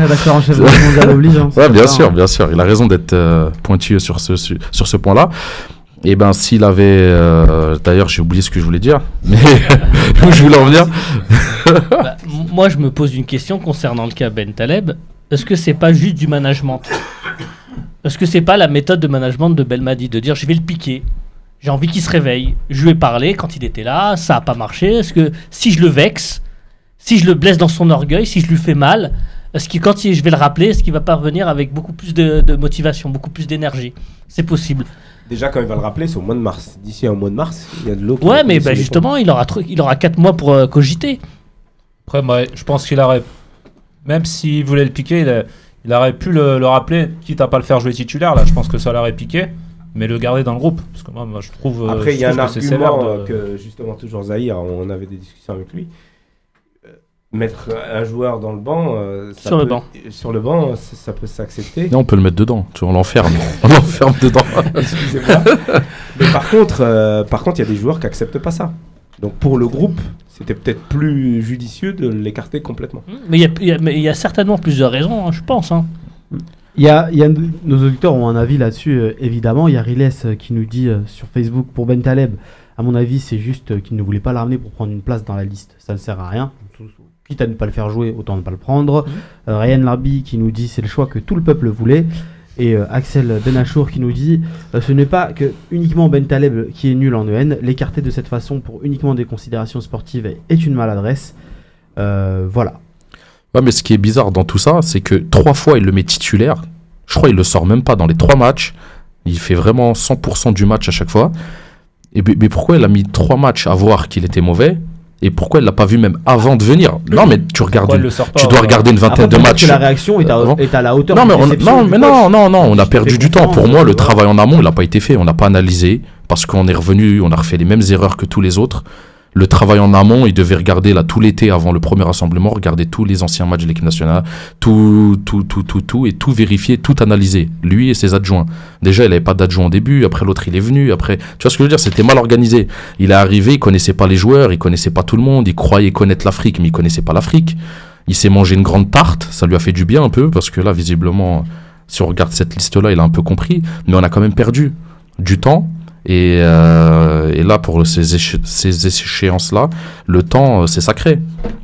Ouais, bien sûr, bien sûr. Il a raison d'être euh, pointilleux sur ce, sur, sur ce point-là. Et ben s'il avait euh, d'ailleurs j'ai oublié ce que je voulais dire mais où je voulais en venir. Bah, m- moi je me pose une question concernant le cas Bentaleb. Est-ce que c'est pas juste du management? Est-ce que c'est pas la méthode de management de Belmadi de dire je vais le piquer, j'ai envie qu'il se réveille, je lui ai parlé quand il était là, ça a pas marché, est-ce que si je le vexe, si je le blesse dans son orgueil, si je lui fais mal, est-ce que quand il, je vais le rappeler, est-ce qu'il va pas revenir avec beaucoup plus de, de motivation, beaucoup plus d'énergie? C'est possible. Déjà, quand il va le rappeler, c'est au mois de mars. D'ici au mois de mars, il y a de l'eau. Ouais, mais bah, justement, il aura, tr- il aura quatre mois pour euh, cogiter. Après, moi, je pense qu'il aurait, même s'il voulait le piquer, il, a, il aurait pu le, le rappeler, quitte à pas le faire jouer titulaire. Là, je pense que ça l'aurait piqué, mais le garder dans le groupe. Parce que moi, moi je trouve. Après, il y a un argument de... que, justement, toujours Zahir, on avait des discussions avec lui. Mettre un joueur dans le banc, euh, ça sur, peut, le banc. sur le banc, ça, ça peut s'accepter. Non, on peut le mettre dedans, tu vois, on l'enferme, on l'enferme dedans. Excusez-moi. Mais par contre, euh, par contre, il y a des joueurs qui acceptent pas ça. Donc pour le groupe, c'était peut-être plus judicieux de l'écarter complètement. Mais il y, y, y a certainement plusieurs raisons, hein, je pense. Hein. Il y a, il y a, nos auditeurs ont un avis là-dessus, euh, évidemment. Il y a Riles euh, qui nous dit euh, sur Facebook pour Bentaleb, à mon avis, c'est juste euh, qu'il ne voulait pas le ramener pour prendre une place dans la liste. Ça ne sert à rien. Quitte à ne pas le faire jouer, autant ne pas le prendre. Mmh. Euh, Ryan Larbi qui nous dit c'est le choix que tout le peuple voulait. Et euh, Axel Benachour qui nous dit euh, ce n'est pas que uniquement Bentaleb qui est nul en E N. L'écarter de cette façon pour uniquement des considérations sportives est une maladresse. Euh, voilà. Ouais, mais ce qui est bizarre dans tout ça, c'est que trois fois il le met titulaire. Je crois qu'il le sort même pas dans les trois matchs. Il fait vraiment cent pour cent du match à chaque fois. Et mais pourquoi il a mis trois matchs à voir qu'il était mauvais? Et pourquoi elle l'a pas vu même avant de venir? Non, mais tu regardes, une, pas, tu dois euh, regarder une vingtaine après, de matchs. Que la réaction est à, est à la hauteur. Non, mais, on, non, mais non, non, non, on a je perdu du temps. Pour moi, le travail en amont, il n'a pas été fait. On n'a pas analysé parce qu'on est revenu, on a refait les mêmes erreurs que tous les autres. Le travail en amont, il devait regarder là tout l'été avant le premier rassemblement, regarder tous les anciens matchs de l'équipe nationale, tout, tout, tout, tout, tout, et tout vérifier, tout analyser. Lui et ses adjoints. Déjà, il n'avait pas d'adjoint au début. Après, l'autre, il est venu. Après, tu vois ce que je veux dire? C'était mal organisé. Il est arrivé, il connaissait pas les joueurs, il connaissait pas tout le monde. Il croyait connaître l'Afrique, mais il connaissait pas l'Afrique. Il s'est mangé une grande tarte. Ça lui a fait du bien un peu parce que là, visiblement, si on regarde cette liste-là, il a un peu compris. Mais on a quand même perdu du temps. Et, euh, et là, pour ces, éche- ces échéances-là, le temps, c'est sacré.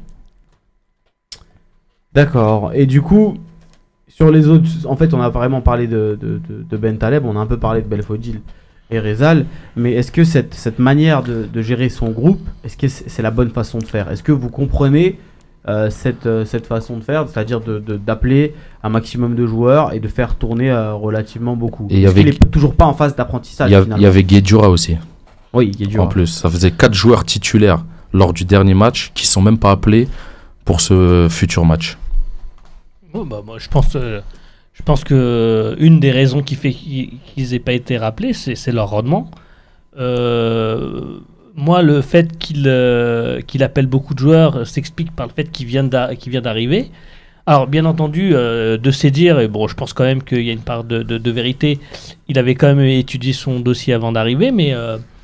D'accord. Et du coup, sur les autres, en fait, on a vraiment parlé de, de, de, de Bentaleb, on a un peu parlé de Belfodil et Rezal, mais est-ce que cette, cette manière de, de gérer son groupe, est-ce que c'est, c'est la bonne façon de faire? Est-ce que vous comprenez euh, cette, euh, cette façon de faire, c'est-à-dire de, de, d'appeler un maximum de joueurs et de faire tourner euh, relativement beaucoup? Et Parce avait... qu'il n'est toujours pas en phase d'apprentissage. Il y, y avait Guedjura aussi. Oui, Guedjura. En plus, ça faisait quatre joueurs titulaires lors du dernier match qui sont même pas appelés pour ce futur match. Oh, bah, moi, je pense, euh, je pense que une des raisons qui fait qu'ils n'aient pas été rappelés, c'est, c'est leur rendement. Euh, moi, le fait qu'il, euh, qu'il appelle beaucoup de joueurs euh, s'explique par le fait qu'il vient, d'a- qu'il vient d'arriver. Alors, bien entendu, euh, de ses dires, et bon, je pense quand même qu'il y a une part de, de, de vérité, il avait quand même étudié son dossier avant d'arriver, mais, euh,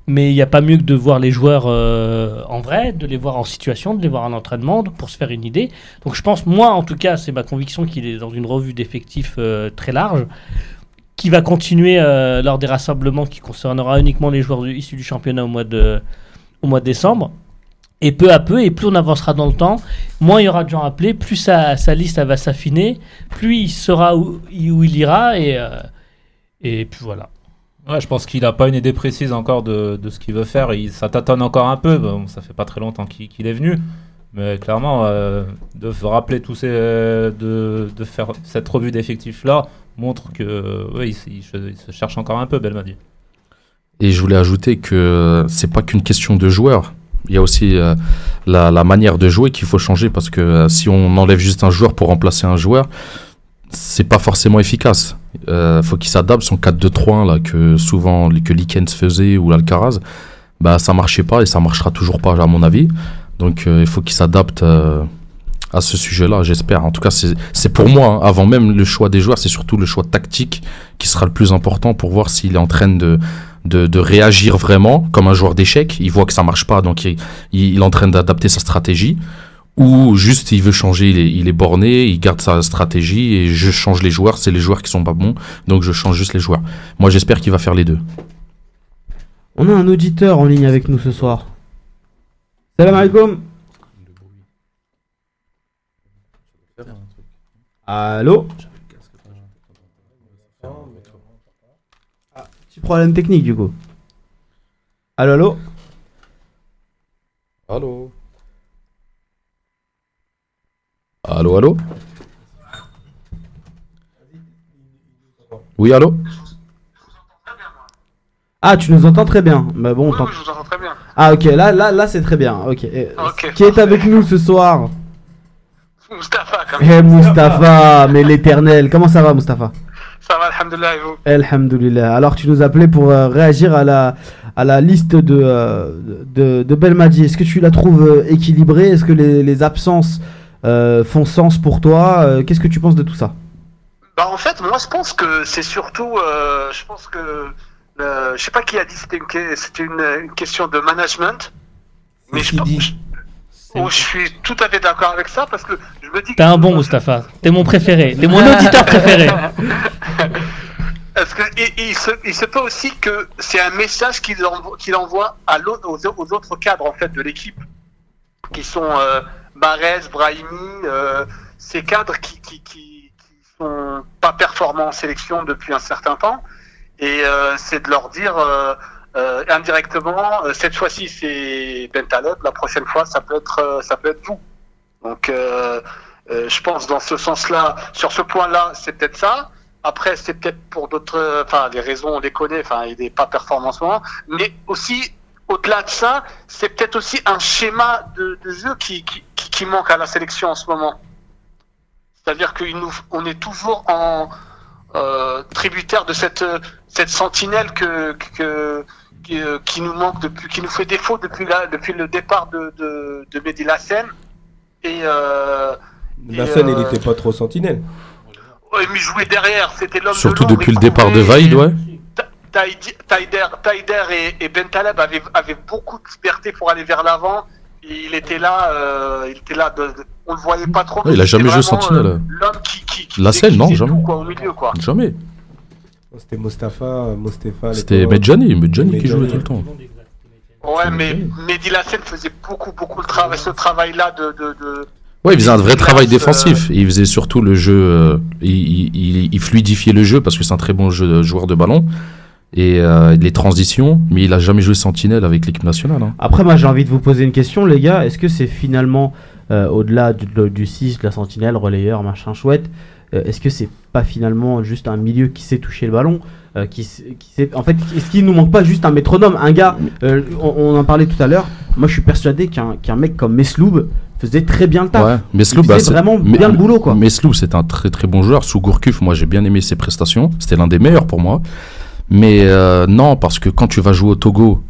Mais il n'y a pas mieux que de voir les joueurs euh, en vrai, de les voir en situation, de les voir en entraînement pour se faire une idée. Donc je pense, moi en tout cas, c'est ma conviction qu'il est dans une revue d'effectifs euh, très large, qui va continuer euh, lors des rassemblements qui concernera uniquement les joueurs du, issus du championnat au mois, de, au mois de décembre. Et peu à peu, et plus on avancera dans le temps, moins il y aura de gens appelés, plus sa, sa liste elle va s'affiner, plus il saura où, où il ira, et, euh, et puis voilà. Ouais, je pense qu'il n'a pas une idée précise encore de, de ce qu'il veut faire. Il, ça tâtonne encore un peu. Bon, ça fait pas très longtemps qu'il, qu'il est venu. Mais clairement, euh, de rappeler tous ces, de, de faire cette revue d'effectifs-là montre que ouais, il, il, il se cherche encore un peu, Belmadi. Et je voulais ajouter que c'est pas qu'une question de joueurs. Il y a aussi euh, la, la manière de jouer qu'il faut changer, parce que euh, si on enlève juste un joueur pour remplacer un joueur, c'est pas forcément efficace. Il euh, faut qu'il s'adapte. Son quatre deux trois un là, que souvent que Likens faisait ou l'Alcaraz, bah, ça marchait pas et ça marchera toujours pas à mon avis. Donc euh, il faut qu'il s'adapte euh, à ce sujet-là, j'espère. En tout cas, c'est, c'est pour moi, hein, avant même le choix des joueurs, c'est surtout le choix tactique qui sera le plus important pour voir s'il est en train de, de, de réagir vraiment comme un joueur d'échecs. Il voit que ça marche pas, donc il, il est en train d'adapter sa stratégie. Ou juste il veut changer, il est, il est borné, il garde sa stratégie et je change les joueurs, c'est les joueurs qui sont pas bons, donc je change juste les joueurs. Moi j'espère qu'il va faire les deux. On a un auditeur en ligne avec nous ce soir. Salam alaikum. Allô. Ah, petit problème technique du coup. Allô, allô. Allô. Allô, allô. Oui, allô. Ah, tu nous entends très bien. Bah bon, oui, oui, je vous entends très bien. Ah, ok, là, là, là, c'est très bien. Ok. Okay, Qui est avec nous ce soir? Mustapha, quand même. Eh, Mustapha, mais l'éternel. Comment ça va, Mustapha? Ça va, alhamdoulilah, et vous? Alhamdoulilah. Alors, tu nous appelais pour euh, réagir à la, à la liste de, euh, de, de Belmadi. Est-ce que tu la trouves euh, équilibrée? Est-ce que les, les absences euh, font sens pour toi? euh, Qu'est-ce que tu penses de tout ça? Bah, en fait, moi, je pense que c'est surtout. Euh, je pense que. Euh, je sais pas qui a dit que c'était une, c'était une, une question de management. Mais je, je, oh, je suis tout à fait d'accord avec ça parce que je me dis. T'es un bon, Mustapha. T'es mon préféré. T'es mon auditeur préféré. Parce que et, et il, se, il se peut aussi que c'est un message qu'il envoie, qu'il envoie à l'autre, aux, aux autres cadres en fait de l'équipe, qui sont euh, Mahrez, Brahimi, euh, ces cadres qui, qui, qui, qui sont pas performants en sélection depuis un certain temps. Et euh, c'est de leur dire euh, euh, indirectement, euh, cette fois-ci c'est Bentaleb, la prochaine fois ça peut être euh, ça peut être vous. Donc euh, euh, je pense dans ce sens-là, sur ce point-là, c'est peut-être ça. Après c'est peut-être pour d'autres, enfin les raisons on les connaît, enfin il n'est pas performant en ce moment, mais aussi au-delà de ça, c'est peut-être aussi un schéma de, de jeu qui, qui qui manque à la sélection en ce moment. C'est-à-dire qu'on est toujours en Euh, tributaire de cette cette sentinelle que, que qui, qui nous manque depuis, qui nous fait défaut depuis la, depuis le départ de de, de Mehdi Lassène et euh, Lassène euh, il n'était pas trop sentinelle. Ouais, mais jouer derrière, c'était l'homme surtout de l'ombre, depuis le départ de Vaïd, ouais. Taider, Taider et, et Bentaleb avaient, avaient beaucoup de liberté pour aller vers l'avant. Et il était là, euh, il était là, de, de, on le voyait pas trop. Ouais, il a jamais joué sentinelle. Euh, l'homme qui, qui, qui Lassène, non, jamais. Tout, quoi, au milieu, quoi. Jamais. C'était Mostafa, Mostafa. C'était Medjani, Medjani qui jouait tout le temps. Ouais, mais Mehdi Lassène faisait beaucoup, beaucoup le travail, ce travail-là de, de, de. Ouais, il faisait un vrai travail euh... défensif. Et il faisait surtout le jeu, euh, il, il, il fluidifiait le jeu parce que c'est un très bon jeu, joueur de ballon. Et euh, les transitions, mais il a jamais joué sentinelle avec l'équipe nationale. Hein. Après, moi j'ai envie de vous poser une question, les gars. Est-ce que c'est finalement, euh, au-delà du, du six, de la sentinelle, relayeur, machin chouette, euh, est-ce que c'est pas finalement juste un milieu qui sait toucher le ballon euh, qui, qui sait, en fait, est-ce qu'il nous manque pas juste un métronome? Un gars, euh, on, on en parlait tout à l'heure, moi je suis persuadé qu'un, qu'un mec comme Mesloub faisait très bien le taf. Ouais, Mesloub, il faisait bah, vraiment mais, bien le boulot, quoi. Mesloub, c'est un très très bon joueur. Sous Gourcuff, moi j'ai bien aimé ses prestations. C'était l'un des meilleurs pour moi. Mais euh, non, parce que quand tu vas jouer au Togo,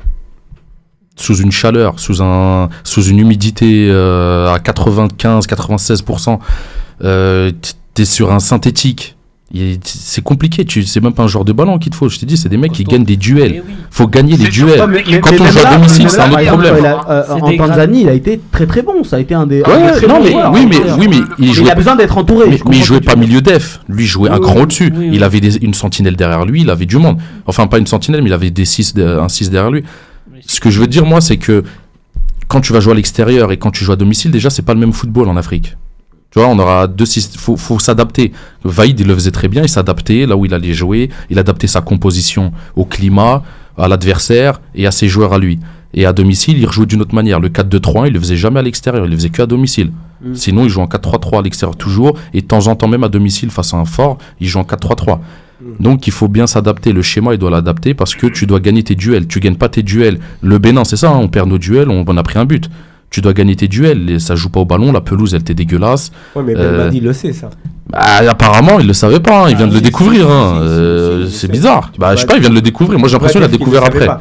sous une chaleur, sous, un, sous une humidité euh, à quatre-vingt-quinze à quatre-vingt-seize pour cent, euh, t'es sur un synthétique Il- c'est compliqué, tu, c'est même pas un joueur de ballon qu'il te faut. Je t'ai dit, c'est des mecs qui Costaud. gagnent des duels. Eh oui. Faut gagner les C'est sûr, duels. ouais, mais- Mais- Quand mais on même joue à là- domicile, même c'est là, un autre par exemple, problème. il a- euh, C'est en dégradant. Tanzanie, il a été très très bon. Ça a été un des. Ouais, un des ouais, très non, bons mais joueurs. oui, mais Mais oui, mais il il jouait a besoin d'être entouré. Mais, je mais il comprends jouait ce que pas tu veux milieu def. Lui, il jouait un Oui, cran oui, au-dessus. oui, oui. Il avait des- une sentinelle derrière lui, il avait du monde. Enfin, pas une sentinelle, mais il avait des six, de- un six derrière lui. Mais Ce que je veux dire, moi, c'est que quand tu vas jouer à l'extérieur et quand tu joues à domicile, déjà, c'est pas le même football en Afrique. Tu vois, on aura deux systèmes. Faut, faut s'adapter. Vaïd, il le faisait très bien. Il s'adaptait là où il allait jouer. Il adaptait sa composition au climat, à l'adversaire et à ses joueurs à lui. Et à domicile, il rejouait d'une autre manière. Le quatre deux trois un, il le faisait jamais à l'extérieur. Il le faisait que à domicile. Mm. Sinon, il joue en quatre trois trois à l'extérieur toujours. Et de temps en temps, même à domicile, face à un fort, il joue en quatre trois trois. Mm. Donc, il faut bien s'adapter. Le schéma, il doit l'adapter parce que tu dois gagner tes duels. Tu gagnes pas tes duels. Le Bénin, c'est ça. Hein, on perd nos duels. On, on a pris un but. Tu dois gagner tes duels. Et ça joue pas au ballon. La pelouse, elle était dégueulasse. Ouais, mais Euh, Belmadi le sait, ça. Bah, apparemment, il le savait pas. Hein. Il Ah, vient de le si, découvrir. si, hein. si, si, Euh, si, si, c'est je bizarre. sais. Tu Bah, peux je sais pas pas. Il vient de le découvrir. Moi, j'ai l'impression qu'il l'a Peut-être découvert le savait après. pas.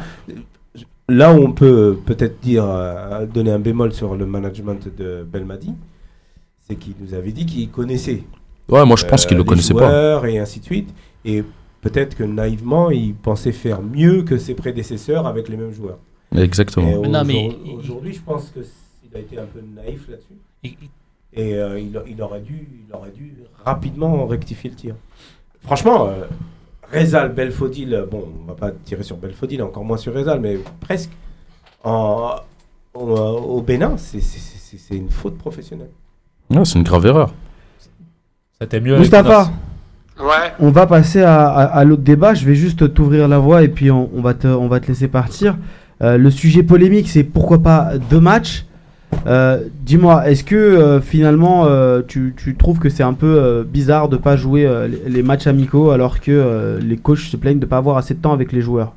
Là où on peut peut-être dire, euh, donner un bémol sur le management de Belmadi, c'est qu'il nous avait dit qu'il connaissait Ouais, moi, je pense euh, qu'il le les connaissait pas. joueurs et ainsi de suite. Et peut-être que naïvement, il pensait faire mieux que ses prédécesseurs avec les mêmes joueurs. Exactement. Et Mais non, mais- aujourd'hui- aujourd'hui, je pense qu'il a été un peu naïf là-dessus. il- Et euh, il, il aurait dû, il aurait dû rapidement rectifier le tir. Franchement, euh, Rezal, Belfodil, bon, on va pas tirer sur Belfodil, encore moins sur Rezal, mais presque. En, au, au Bénin, c'est, c'est, c'est, c'est une faute professionnelle. Ouais, c'est une grave erreur. C'était mieux avec Moustapha, Nas. Ouais. on va passer à, à- à l'autre débat. Je vais juste t'ouvrir la voie et puis on, on va, te, on va te laisser partir. Euh, le sujet polémique, c'est pourquoi pas deux matchs. Euh, dis-moi, est-ce que euh, finalement euh, tu, tu trouves que c'est un peu euh, bizarre de pas jouer euh, les, les matchs amicaux alors que euh, les coachs se plaignent de pas avoir assez de temps avec les joueurs?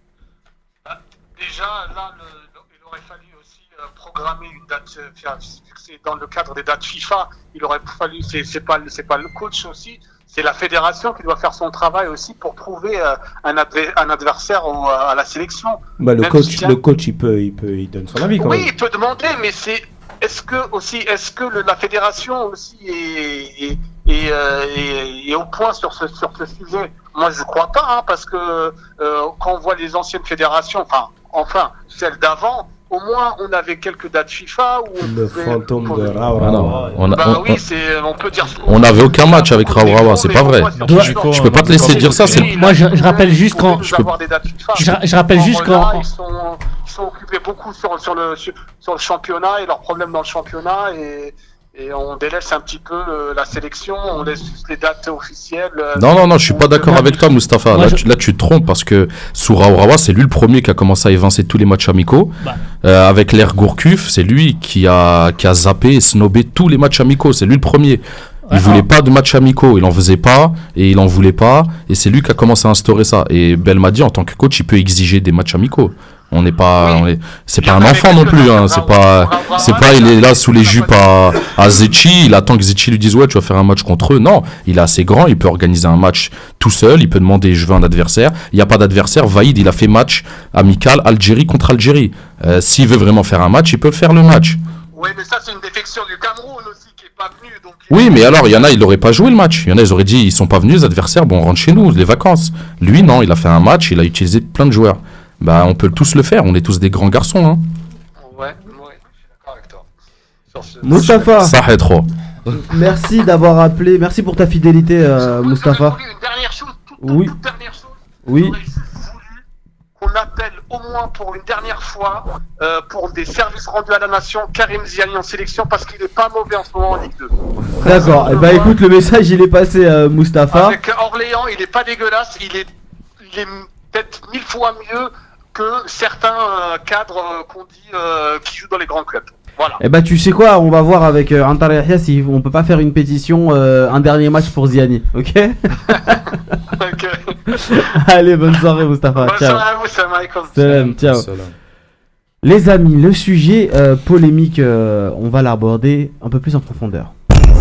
Déjà, là, le- le- il aurait fallu aussi euh, programmer une date, euh, faire- vu que c'est dans le cadre des dates FIFA, il aurait fallu, c'est c'est pas, le- c'est pas le coach aussi, c'est la fédération qui doit faire son travail aussi pour trouver euh, un, adver- un adversaire au- à la sélection. Bah, le Même coach, si- le coach, il peut, il peut, il donne son avis quand Oui, même. il peut demander, mais c'est est-ce que aussi, est-ce que le- la fédération aussi est, est, est, euh, est- est au point sur ce sur ce sujet? Moi, je crois pas, hein, parce que euh, quand on voit les anciennes fédérations, enfin, enfin celles d'avant, au moins on avait quelques dates FIFA où on Le pouvait- fantôme on- de Raoult. Ah non, on a- Bah on- oui, c'est, on peut dire. on n'avait aucun match avec Raoult Rawa, c'est pas vrai. Je peux pas te laisser dire ça, c'est- Moi, je- je rappelle juste quand- Je, peux... des dates FIFA. Je, ra- je rappelle Or, juste là, quand. ils sont, ils sont occupés beaucoup sur, sur, le, sur, sur le championnat et leurs problèmes dans le championnat et, et on délaisse un petit peu euh, la sélection, on laisse juste les dates officielles. euh, Non, non, non, je suis pas où- d'accord avec toi, Mustapha. Moi, Là, je- tu, là, tu te trompes parce que sous Raoult Rawa, c'est lui le premier qui a commencé à évincer tous les matchs amicaux. Bah. Euh, avec l'ère Gourcuff, c'est lui qui a, qui a zappé et snobé tous les matchs amicaux. C'est lui le premier. Il Ouais, voulait ah. pas de matchs amicaux, il en faisait pas et il en voulait pas. Et c'est lui qui a commencé à instaurer ça. Et Belmadi, en tant que coach, il peut exiger des matchs amicaux. On n'est pas, Oui. on est, c'est Il y pas en un avait enfant non quelques-uns, plus. Hein. Raoult C'est Rawa, pas, Raoult Rawa, c'est pas, il est là sous les il a jupes pas à, à Zetchi. Il attend que Zetchi lui dise ouais, tu vas faire un match contre eux. Non, il est assez grand, il peut organiser un match tout seul. Il peut demander je veux un adversaire. Il n'y a pas d'adversaire. Vaïd, il a fait match amical Algérie contre Algérie. Euh, s'il veut vraiment faire un match, il peut faire le match. Oui, mais ça, c'est une défection du Cameroun aussi qui est pas venu. Donc... Oui, mais alors, il y en a, ils n'auraient pas joué le match. Il y en a, ils auraient dit, ils sont pas venus, les adversaires, bon, on rentre chez nous, les vacances. Lui, non, il a fait un match, il a utilisé plein de joueurs. Bah, on peut tous le faire, on est tous des grands garçons. Hein. Ouais, ouais, je suis d'accord avec toi. Sur ce- Moustapha, Ça est trop. merci d'avoir appelé. Merci pour ta fidélité, euh, Moi, Moustapha. j'aurais voulu une dernière chose, toute, toute, Oui. toute dernière chose. Oui. J'aurais juste voulu qu'on appelle au moins pour une dernière fois euh, pour des services rendus à la nation Karim Ziani en sélection parce qu'il n'est pas mauvais en ce moment en Ligue deux. D'accord. Et bah écoute, le message il est passé, euh, Moustapha. Avec Orléans, il n'est pas dégueulasse, il est, il est peut-être mille fois mieux que certains euh, cadres euh, qu'on dit euh, qui jouent dans les grands clubs. Voilà. Et bah tu sais quoi, on va voir avec euh, Antar Yahya si on peut pas faire une pétition, euh, un dernier match pour Ziani, ok? Donc, euh, Allez, bonne soirée Moustapha, bonne ciao. soirée à vous, salam alaikum. Salam, ciao. Les amis, le sujet euh, polémique, euh, on va l'aborder un peu plus en profondeur.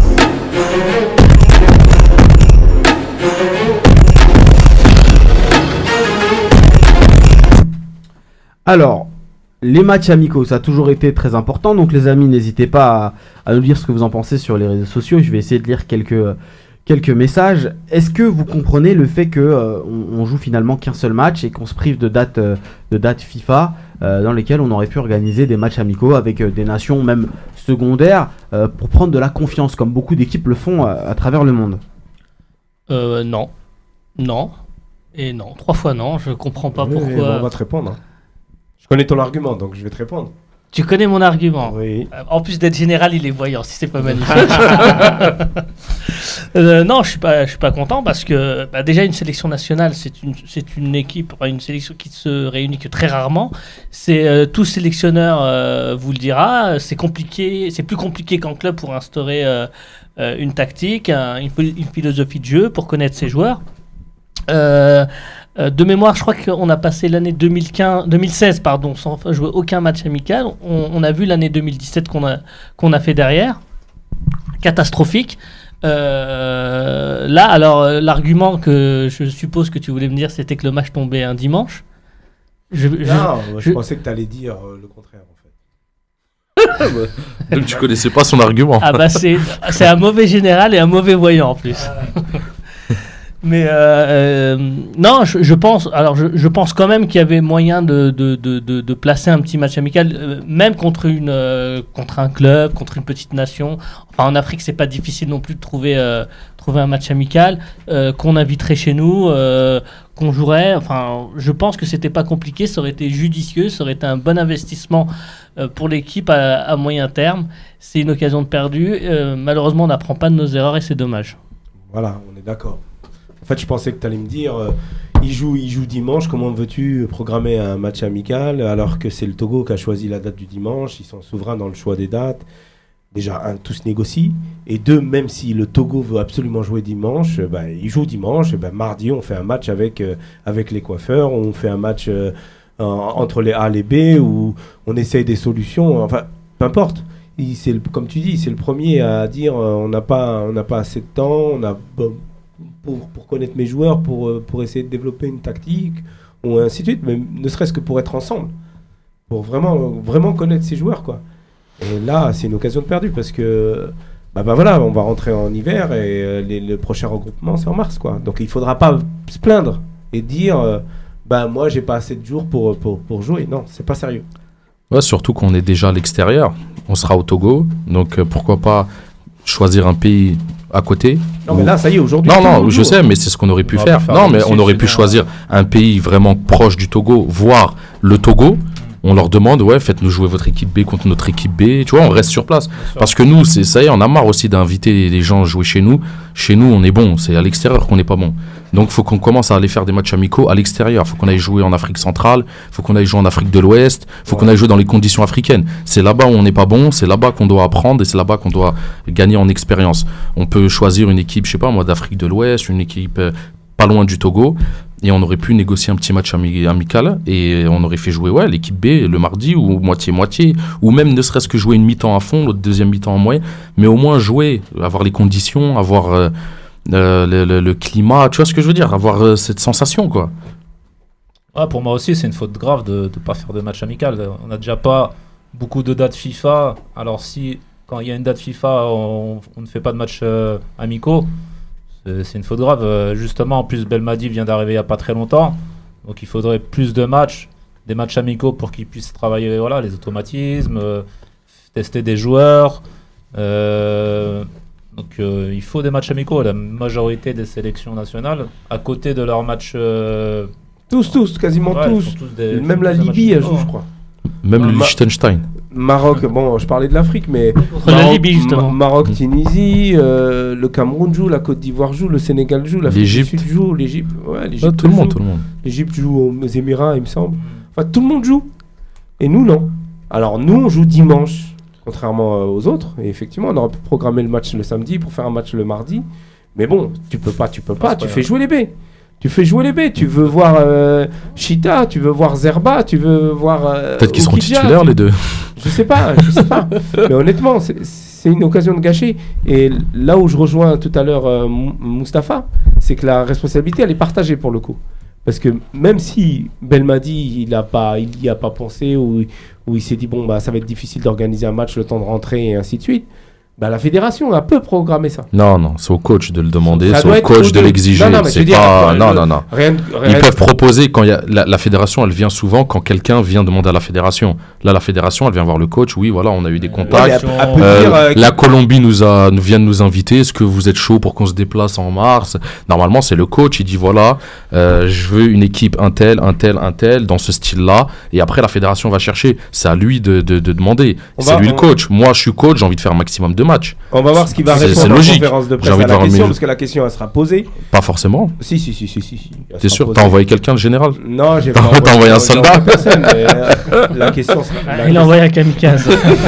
Alors, les matchs amicaux, ça a toujours été très important. Donc, les amis, n'hésitez pas à, à nous dire ce que vous en pensez sur les réseaux sociaux. Je vais essayer de lire quelques, quelques messages. Est-ce que vous comprenez le fait que euh, on, on joue finalement qu'un seul match et qu'on se prive de dates euh, de dates FIFA euh, dans lesquelles on aurait pu organiser des matchs amicaux avec euh, des nations même secondaires euh, pour prendre de la confiance, comme beaucoup d'équipes le font à, à travers le monde? Euh, non. Non. Et non. Trois fois non. Je comprends pas Oui, pourquoi. oui, bon, on va te répondre. hein. Je connais ton argument, donc je vais te répondre. Tu connais mon argument. Oui. Euh, En plus d'être général, il est voyant, si c'est pas magnifique. Euh, non, je suis pas, je suis pas content parce que bah, déjà une sélection nationale, c'est une, c'est une équipe, enfin, une sélection qui se réunit que très rarement. C'est euh, tout sélectionneur euh, vous le dira. C'est compliqué, c'est plus compliqué qu'en club pour instaurer euh, euh, une tactique, un- une, phi- une philosophie de jeu pour connaître ses joueurs. Euh, euh, de mémoire, je crois qu'on a passé l'année deux mille quinze, deux mille seize pardon, sans jouer aucun match amical. On, on a vu l'année deux mille dix-sept qu'on a, qu'on a fait derrière. Catastrophique. Euh, là, alors, euh, l'argument que je suppose que tu voulais me dire, c'était que le match tombait un dimanche. Je, je- Non, je, je- pensais que tu allais dire euh, le contraire en fait. Donc tu connaissais pas son argument. Ah bah c'est, c'est un mauvais général et un mauvais voyant en plus. Mais euh, euh, non, je, je pense. Alors, je, je pense quand même qu'il y avait moyen de, de, de, de, de placer un petit match amical, euh, même contre une euh, contre un club, contre une petite nation. Enfin, en Afrique, c'est pas difficile non plus de trouver euh, trouver un match amical euh, qu'on inviterait chez nous, euh, qu'on jouerait. Enfin, je pense que c'était pas compliqué. Ça aurait été judicieux, ça aurait été un bon investissement euh, pour l'équipe à, à moyen terme. C'est une occasion de perdue. Euh, malheureusement, on n'apprend pas de nos erreurs et c'est dommage. Voilà, on est d'accord. En fait, je pensais que tu allais me dire, euh, il, joue, il joue dimanche, comment veux-tu programmer un match amical alors que c'est le Togo qui a choisi la date du dimanche, ils sont souverains dans le choix des dates. Déjà, un, tout se négocie. Et deux, même si le Togo veut absolument jouer dimanche, euh, bah, il joue dimanche, et bah, mardi, on fait un match avec, euh, avec les coiffeurs, on fait un match euh, en- entre les A et les B, où on essaye des solutions, enfin, peu importe. Il, c'est le- comme tu dis, c'est le premier à dire euh, on n'a pas, on n'a pas assez de temps, on a, bon, pour, pour connaître mes joueurs, pour, euh, pour essayer de développer une tactique, ou ainsi de suite, mais ne serait-ce que pour être ensemble, pour vraiment, vraiment connaître ses joueurs, quoi. Et là, c'est une occasion de perdue, parce que, bah, bah voilà, on va rentrer en hiver, et euh, les- le prochain regroupement, c'est en mars, quoi. Donc il faudra pas se plaindre, et dire, euh, bah moi, j'ai pas assez de jours pour, pour, pour jouer. Non, c'est pas sérieux. Ouais, surtout qu'on est déjà à l'extérieur. On sera au Togo, donc euh, pourquoi pas choisir un pays à côté. Non, mais où- là, ça y est, aujourd'hui. Non, tout le non, monde je joue. sais, mais c'est ce qu'on aurait pu On aurait faire. pu faire Non, comme mais si on aurait pu c'était choisir un pays vraiment proche du Togo, voire le Togo. On leur demande, ouais, faites-nous jouer votre équipe B contre notre équipe B. Tu vois, on reste sur place. Parce que nous, c'est ça y est, on a marre aussi d'inviter les- les gens à jouer chez nous. Chez nous, on est bon. C'est à l'extérieur qu'on n'est pas bon. Donc, il faut qu'on commence à aller faire des matchs amicaux à l'extérieur. Il faut qu'on aille jouer en Afrique centrale. Il faut qu'on aille jouer en Afrique de l'Ouest. Il faut qu'on aille jouer dans les conditions africaines. C'est là-bas où on n'est pas bon. C'est là-bas qu'on doit apprendre et c'est là-bas qu'on doit gagner en expérience. On peut choisir une équipe, je sais pas moi, d'Afrique de l'Ouest, une équipe euh, pas loin du Togo. Et on aurait pu négocier un petit match ami- amical et on aurait fait jouer ouais, l'équipe B le mardi ou moitié-moitié. Ou même ne serait-ce que jouer une mi-temps à fond, l'autre deuxième mi-temps en moyen. Mais au moins jouer, avoir les conditions, avoir euh, euh, le, le- le climat. Tu vois ce que je veux dire? Avoir euh, cette sensation, quoi. Ah, pour moi aussi, c'est une faute grave de ne pas faire de match amical. On n'a déjà pas beaucoup de dates FIFA. Alors si, quand il y a une date FIFA, on, on ne fait pas de match euh, amicaux, c'est c'est une faute grave. Euh, justement, en plus, Belmadi vient d'arriver il n'y a pas très longtemps. Donc il faudrait plus de matchs, des matchs amicaux pour qu'ils puissent travailler voilà, les automatismes, euh, tester des joueurs. Euh, donc euh, il faut des matchs amicaux. La majorité des sélections nationales, à côté de leurs matchs... euh, Tous, tous, quasiment ouais, ils tous. font tous des- Même tous la des matchs Libye, elle amicaux, joue, je hein. crois. Même le Ma- Liechtenstein. Maroc, bon, je parlais de l'Afrique, mais Contre la Maroc- Libye, justement. Ma- Maroc, Tunisie, euh, le Cameroun joue, la Côte d'Ivoire joue, le Sénégal joue, l'Afrique du L'Égypte. Sud joue, l'Égypte, ouais, l'Égypte Ouais, tout le monde, joue. tout le monde. L'Égypte joue aux Émirats, il me semble. Enfin, tout le monde joue. Et nous, non. Alors, nous, on joue dimanche, contrairement euh, aux autres. Et effectivement, on aurait pu programmer le match le samedi pour faire un match le mardi. Mais bon, tu peux pas, tu peux pas, c'est tu pas fais grave. jouer les B. Tu fais jouer les B. Tu veux voir euh, Chita, tu veux voir Zerba, tu veux voir. euh, Peut-être qu'ils seront Oukidja, titulaires, tu- les deux. Je sais pas, je sais pas. Mais honnêtement, c'est- c'est une occasion de gâcher. Et là où je rejoins tout à l'heure euh, Mou- Mustapha, c'est que la responsabilité, elle est partagée pour le coup. Parce que même si Belmadi, il a pas, il y a pas pensé, ou, ou il s'est dit, bon, bah, ça va être difficile d'organiser un match le temps de rentrer et ainsi de suite, Bah, la fédération a peu programmé ça. Non, non, c'est au coach de le demander, Ça c'est doit au être coach au de deux. l'exiger. Non, non, mais je c'est veux dire, pas... le- non, non, non. Rien, Ils rien- peuvent proposer quand il y a la, la fédération, elle vient souvent quand quelqu'un vient demander à la fédération. Là, la fédération, elle vient voir le coach. Oui, voilà, on a eu des Euh, Ouais, mais contacts. elle- elle peut Euh, dire, euh, la Colombie nous a nous vient de nous inviter. Est-ce que vous êtes chaud pour qu'on se déplace en mars? Normalement, c'est le coach. Il dit voilà, euh, je veux une équipe un tel, un tel, un tel dans ce style-là. Et après, la fédération va chercher. C'est à lui de, de, de demander. On C'est va- lui on- le coach. Moi, je suis coach. J'ai envie de faire un maximum de matchs. On va voir ce qu'il va C'est- répondre c'est en logique. conférence de J'ai presse envie à de la voir un question, milieu. parce que la question, elle sera posée. Pas forcément. Si, si, si, si, si. si. Elle T'es sera sûr? posée. T'as envoyé quelqu'un, le général? Non, j'ai T'as- pas t'as envoyé un j'ai soldat? personne, mais, euh, la question sera, Ah, la, il a envoyé un kamikaze.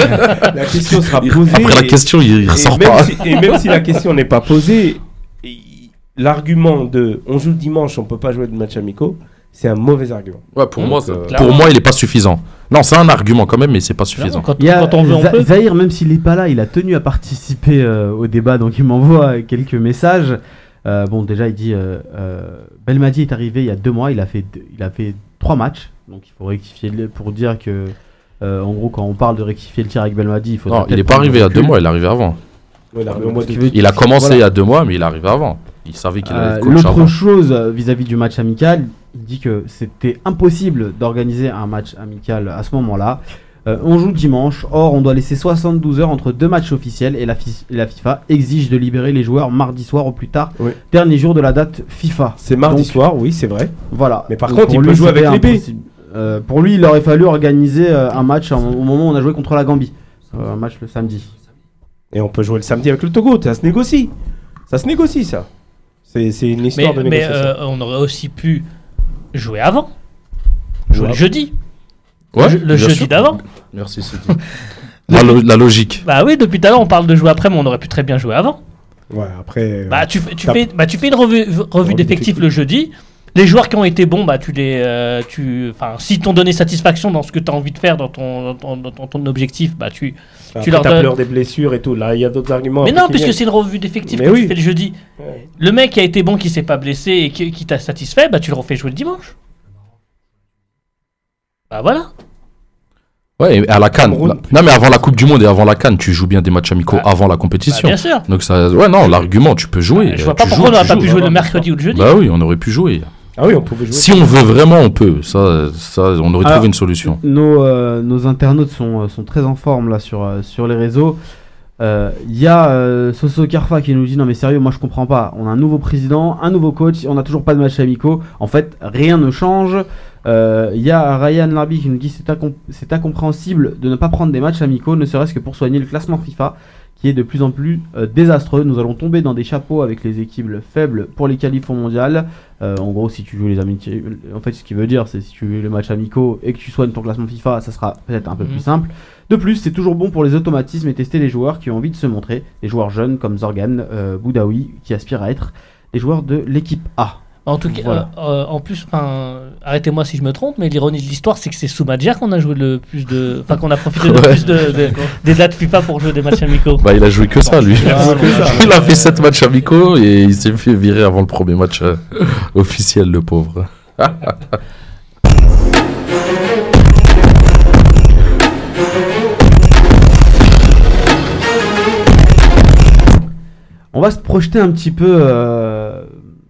la question sera posée. Après la et- question, il, il et ressort même pas. si- et même si la question n'est pas posée, il- l'argument de on joue le dimanche, on peut pas jouer de match amicaux, c'est un mauvais argument. Ouais, pour Donc, moi, euh, c'est- pour moi, il est pas suffisant. Non, c'est un argument quand même, mais c'est pas suffisant. Quand, Il y a quand on veut, on Za- peut. Zahir, même s'il n'est pas là, il a tenu à participer euh, au débat, donc il m'envoie quelques messages. Euh, bon, déjà, il dit euh, euh, Belmadi est arrivé il y a deux mois, il a fait, deux- il a fait trois matchs, donc il faut rectifier le- pour dire que, euh, en gros, quand on parle de rectifier le tir avec Belmadi, il faut. Non, il est pas arrivé il y a deux mois, il est arrivé avant. Ouais, il arrive au mois Ce qui d'août. veut- Il a commencé Voilà. il y a deux mois, mais il est arrivé avant. Il savait qu'il allait Euh, être coach L'autre avant. chose euh, vis-à-vis du match amical, il dit que c'était impossible d'organiser un match amical à ce moment-là. Euh, on joue dimanche, or on doit laisser soixante-douze heures entre deux matchs officiels et la, fi- et la FIFA exige de libérer les joueurs mardi soir au plus tard, Oui. dernier jour de la date FIFA. C'est mardi Donc, soir, oui, c'est vrai. Voilà. Mais par Donc, contre, pour il lui, peut jouer c'était avec les B. impossible. Euh, pour lui, il aurait fallu organiser euh, un match en- au moment où on a joué contre la Gambie. Euh, un match le samedi. Et on peut jouer le samedi avec le Togo, ça se négocie. Ça se négocie, ça. C'est c'est une Mais, histoire de mais négociation. euh, on aurait aussi pu jouer avant. Jouer Ouais. le jeudi. Ouais, le bien jeudi sûr. d'avant. Merci, c'est dit. la, lo- la logique. Bah oui, depuis tout à l'heure on parle de jouer après, mais on aurait pu très bien jouer avant. Ouais, après. Bah tu, fais- tu t'as- fais, bah, tu fais une revue, revue Revue d'effectifs d'effectifs. le jeudi. Les joueurs qui ont été bons, bah tu les, euh, tu, enfin, si t'ont donné satisfaction dans ce que tu as envie de faire, dans ton, dans ton, dans ton- ton objectif, bah tu. après, tu leur t'as donnes- peur des blessures et tout. Là, il y a d'autres arguments. Mais après non, qui puisque viennent. c'est une revue d'effectifs Mais que oui. tu fais le jeudi. Ouais. Le mec qui a été bon, qui s'est pas blessé et qui, qui t'a satisfait, bah tu le refais jouer le dimanche. Bah voilà. Ouais, et à la CAN. Cameroun, la- Non, mais avant la Coupe du Monde et avant la CAN, tu joues bien des matchs amicaux Bah, avant la Bah, compétition. bien sûr. Donc ça, ouais, non, l'argument, tu peux jouer. Je euh, vois pas tu pourquoi joues, on n'aurait tu pas joues. pu jouer le mercredi ou le jeudi. Bah oui, on aurait pu jouer. Ah oui, on pouvait jouer. Si on veut vraiment, on peut. Ça, ça on aurait Alors, trouvé une solution. Nos, euh, nos internautes sont, euh, sont très en forme là sur, euh, sur les réseaux. Il y a euh, Soso Karfa qui nous dit non mais sérieux, moi je comprends pas. On a un nouveau président, un nouveau coach, on n'a toujours pas de match amicaux. En fait, rien ne change. Il euh, y a Ryan Larby qui nous dit c'est incom- c'est incompréhensible de ne pas prendre des matchs amicaux, ne serait-ce que pour soigner le classement FIFA qui est de plus en plus euh, désastreux. Nous allons tomber dans des chapeaux avec les équipes faibles pour les qualifs au mondial. Euh, en gros, si tu joues les amitiés, en fait, ce qui veut dire, c'est si tu joues les matchs amicaux et que tu soignes ton classement FIFA, ça sera peut-être un peu Mhm. plus simple. De plus, c'est toujours bon pour les automatismes et tester les joueurs qui ont envie de se montrer. Des joueurs jeunes comme Zorgan, euh, Boudaoui, qui aspirent à être des joueurs de l'équipe A. En tout cas, Voilà. euh, euh, en plus, enfin, arrêtez-moi si je me trompe, mais l'ironie de l'histoire, c'est que c'est sous Madjer qu'on a joué le plus de, enfin, qu'on a profité le Ouais. plus de, de- des dates FIFA pour jouer des matchs amicaux. Bah, il a joué que ça, lui. Ah, que ça. Il a fait sept matchs amicaux et il s'est fait virer avant le premier match euh, officiel, le pauvre. On va se projeter un petit peu euh,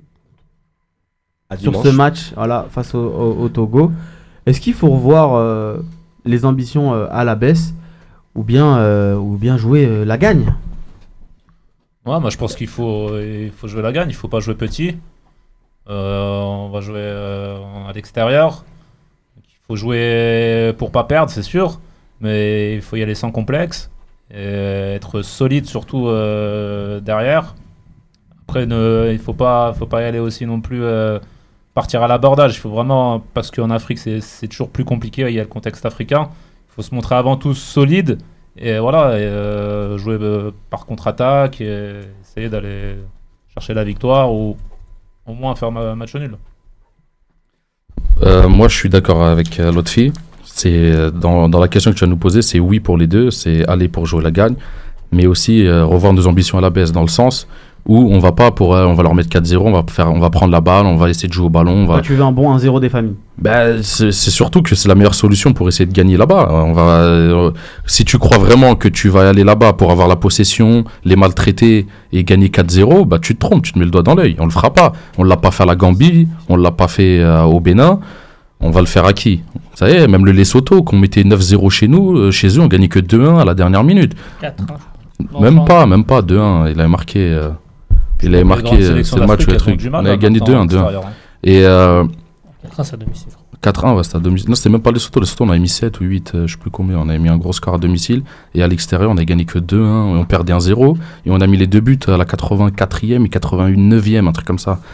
À sur dimanche. ce match voilà, face au, au- au Togo. Est-ce qu'il faut revoir euh, les ambitions euh, à la baisse ou bien, euh, ou bien jouer euh, la gagne? Ouais, moi je pense qu'il faut, il faut jouer la gagne, il faut pas jouer petit. Euh, on va jouer euh, à l'extérieur. Il faut jouer pour pas perdre, c'est sûr, mais il faut y aller sans complexe et être solide surtout euh, derrière. Après, ne, il faut pas, faut pas y aller aussi non plus euh, partir à l'abordage. Il faut vraiment, parce qu'en Afrique c'est, c'est toujours plus compliqué. Il y a le contexte africain. Il faut se montrer avant tout solide. Et voilà, et, euh, jouer euh, par contre-attaque et essayer d'aller chercher la victoire ou au moins faire un match nul. Euh, moi, je suis d'accord avec euh, l'autre fille. C'est euh, dans, dans la question que tu vas nous poser, c'est oui pour les deux, c'est aller pour jouer la gagne, mais aussi euh, revoir nos ambitions à la baisse dans le sens où on va pas pour, euh, on va leur mettre quatre zéro, on va faire, on va prendre la balle, on va essayer de jouer au ballon. On va... Toi, tu veux un bon un zéro des familles. Ben, c'est, c'est surtout que c'est la meilleure solution pour essayer de gagner là-bas. On va, euh, si tu crois vraiment que tu vas aller là-bas pour avoir la possession, les maltraiter et gagner quatre zéro, bah, tu te trompes, tu te mets le doigt dans l'œil. On le fera pas. On l'a pas fait à la Gambie, on l'a pas fait euh, au Bénin. On va le faire à qui? Vous savez, même le Lesotho, qu'on mettait neuf zéro chez nous, euh, chez eux, on gagnait que deux un à la dernière minute. quatre un. Même Enfin, pas, même pas, deux un. Il avait marqué, euh, il avait marqué, euh, c'est le match ou le truc. On avait gagné deux un, deux un. Et euh, quatre un, c'est à domicile. quatre un, ouais, c'était à domicile. Non, c'était même pas le Lesotho. Le Lesotho, on avait mis sept ou huit, euh, je sais plus combien. On avait mis un gros score à domicile. Et à l'extérieur, on avait gagné que deux un. Et on perdait un zéro. Et on a mis les deux buts à la quatre-vingt-quatrième et quatre-vingt-neuvième, un truc comme ça.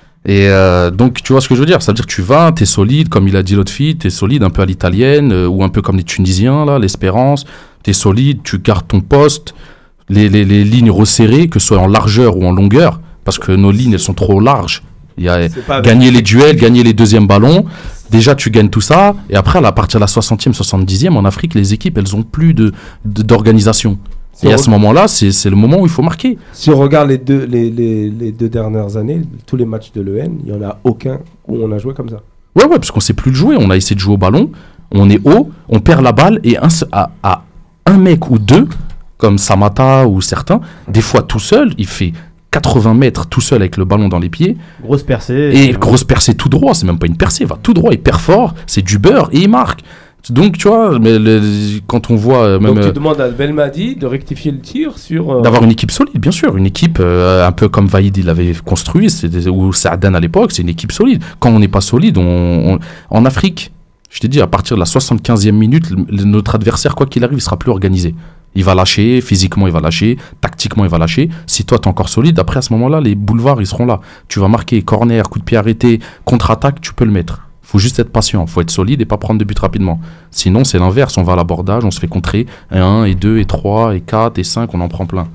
Et euh, donc, tu vois ce que je veux dire? Ça veut dire que tu vas, t'es solide, comme il a dit l'autre fille, t'es solide un peu à l'italienne, euh, ou un peu comme les Tunisiens, là, l'Espérance. T'es solide, tu gardes ton poste, les, les, les lignes resserrées, que ce soit en largeur ou en longueur, parce que nos lignes, elles sont trop larges. Il y a gagner les duels, gagner les deuxièmes ballons. Déjà, tu gagnes tout ça. Et après, à partir de la soixantième, soixante-dixième, en Afrique, les équipes, elles ont plus de, de, d'organisation. Si et à ce moment-là, c'est, c'est le moment où il faut marquer. Si on regarde les deux, les, les, les deux dernières années, tous les matchs de l'E N, il n'y en a aucun où on a joué comme ça. Ouais, ouais, parce qu'on ne sait plus le jouer. On a essayé de jouer au ballon, on est haut, on perd la balle, et un, à, à un mec ou deux, comme Samata ou certains, des fois tout seul, il fait quatre-vingts mètres tout seul avec le ballon dans les pieds. Grosse percée. Et grosse percée tout droit, c'est même pas une percée, il va tout droit, il perd fort, c'est du beurre, et il marque. Donc, tu vois, mais le, quand on voit... Même, Donc, tu demandes à Belmadi de rectifier le tir sur... Euh... D'avoir une équipe solide, bien sûr. Une équipe euh, un peu comme Vaïd, il l'avait construit, c'était, ou Saadan à l'époque, c'est une équipe solide. Quand on n'est pas solide, on, on, en Afrique, je t'ai dit, à partir de la soixante-quinzième minute, le, notre adversaire, quoi qu'il arrive, il sera plus organisé. Il va lâcher, physiquement il va lâcher, tactiquement il va lâcher. Si toi t'es encore solide, après à ce moment-là, les boulevards ils seront là. Tu vas marquer corner, coup de pied arrêté, contre-attaque, tu peux le mettre. Faut juste être patient, faut être solide et pas prendre de but rapidement. Sinon c'est l'inverse, on va à l'abordage, on se fait contrer et un, et deux, et trois, et quatre, et cinq, on en prend plein.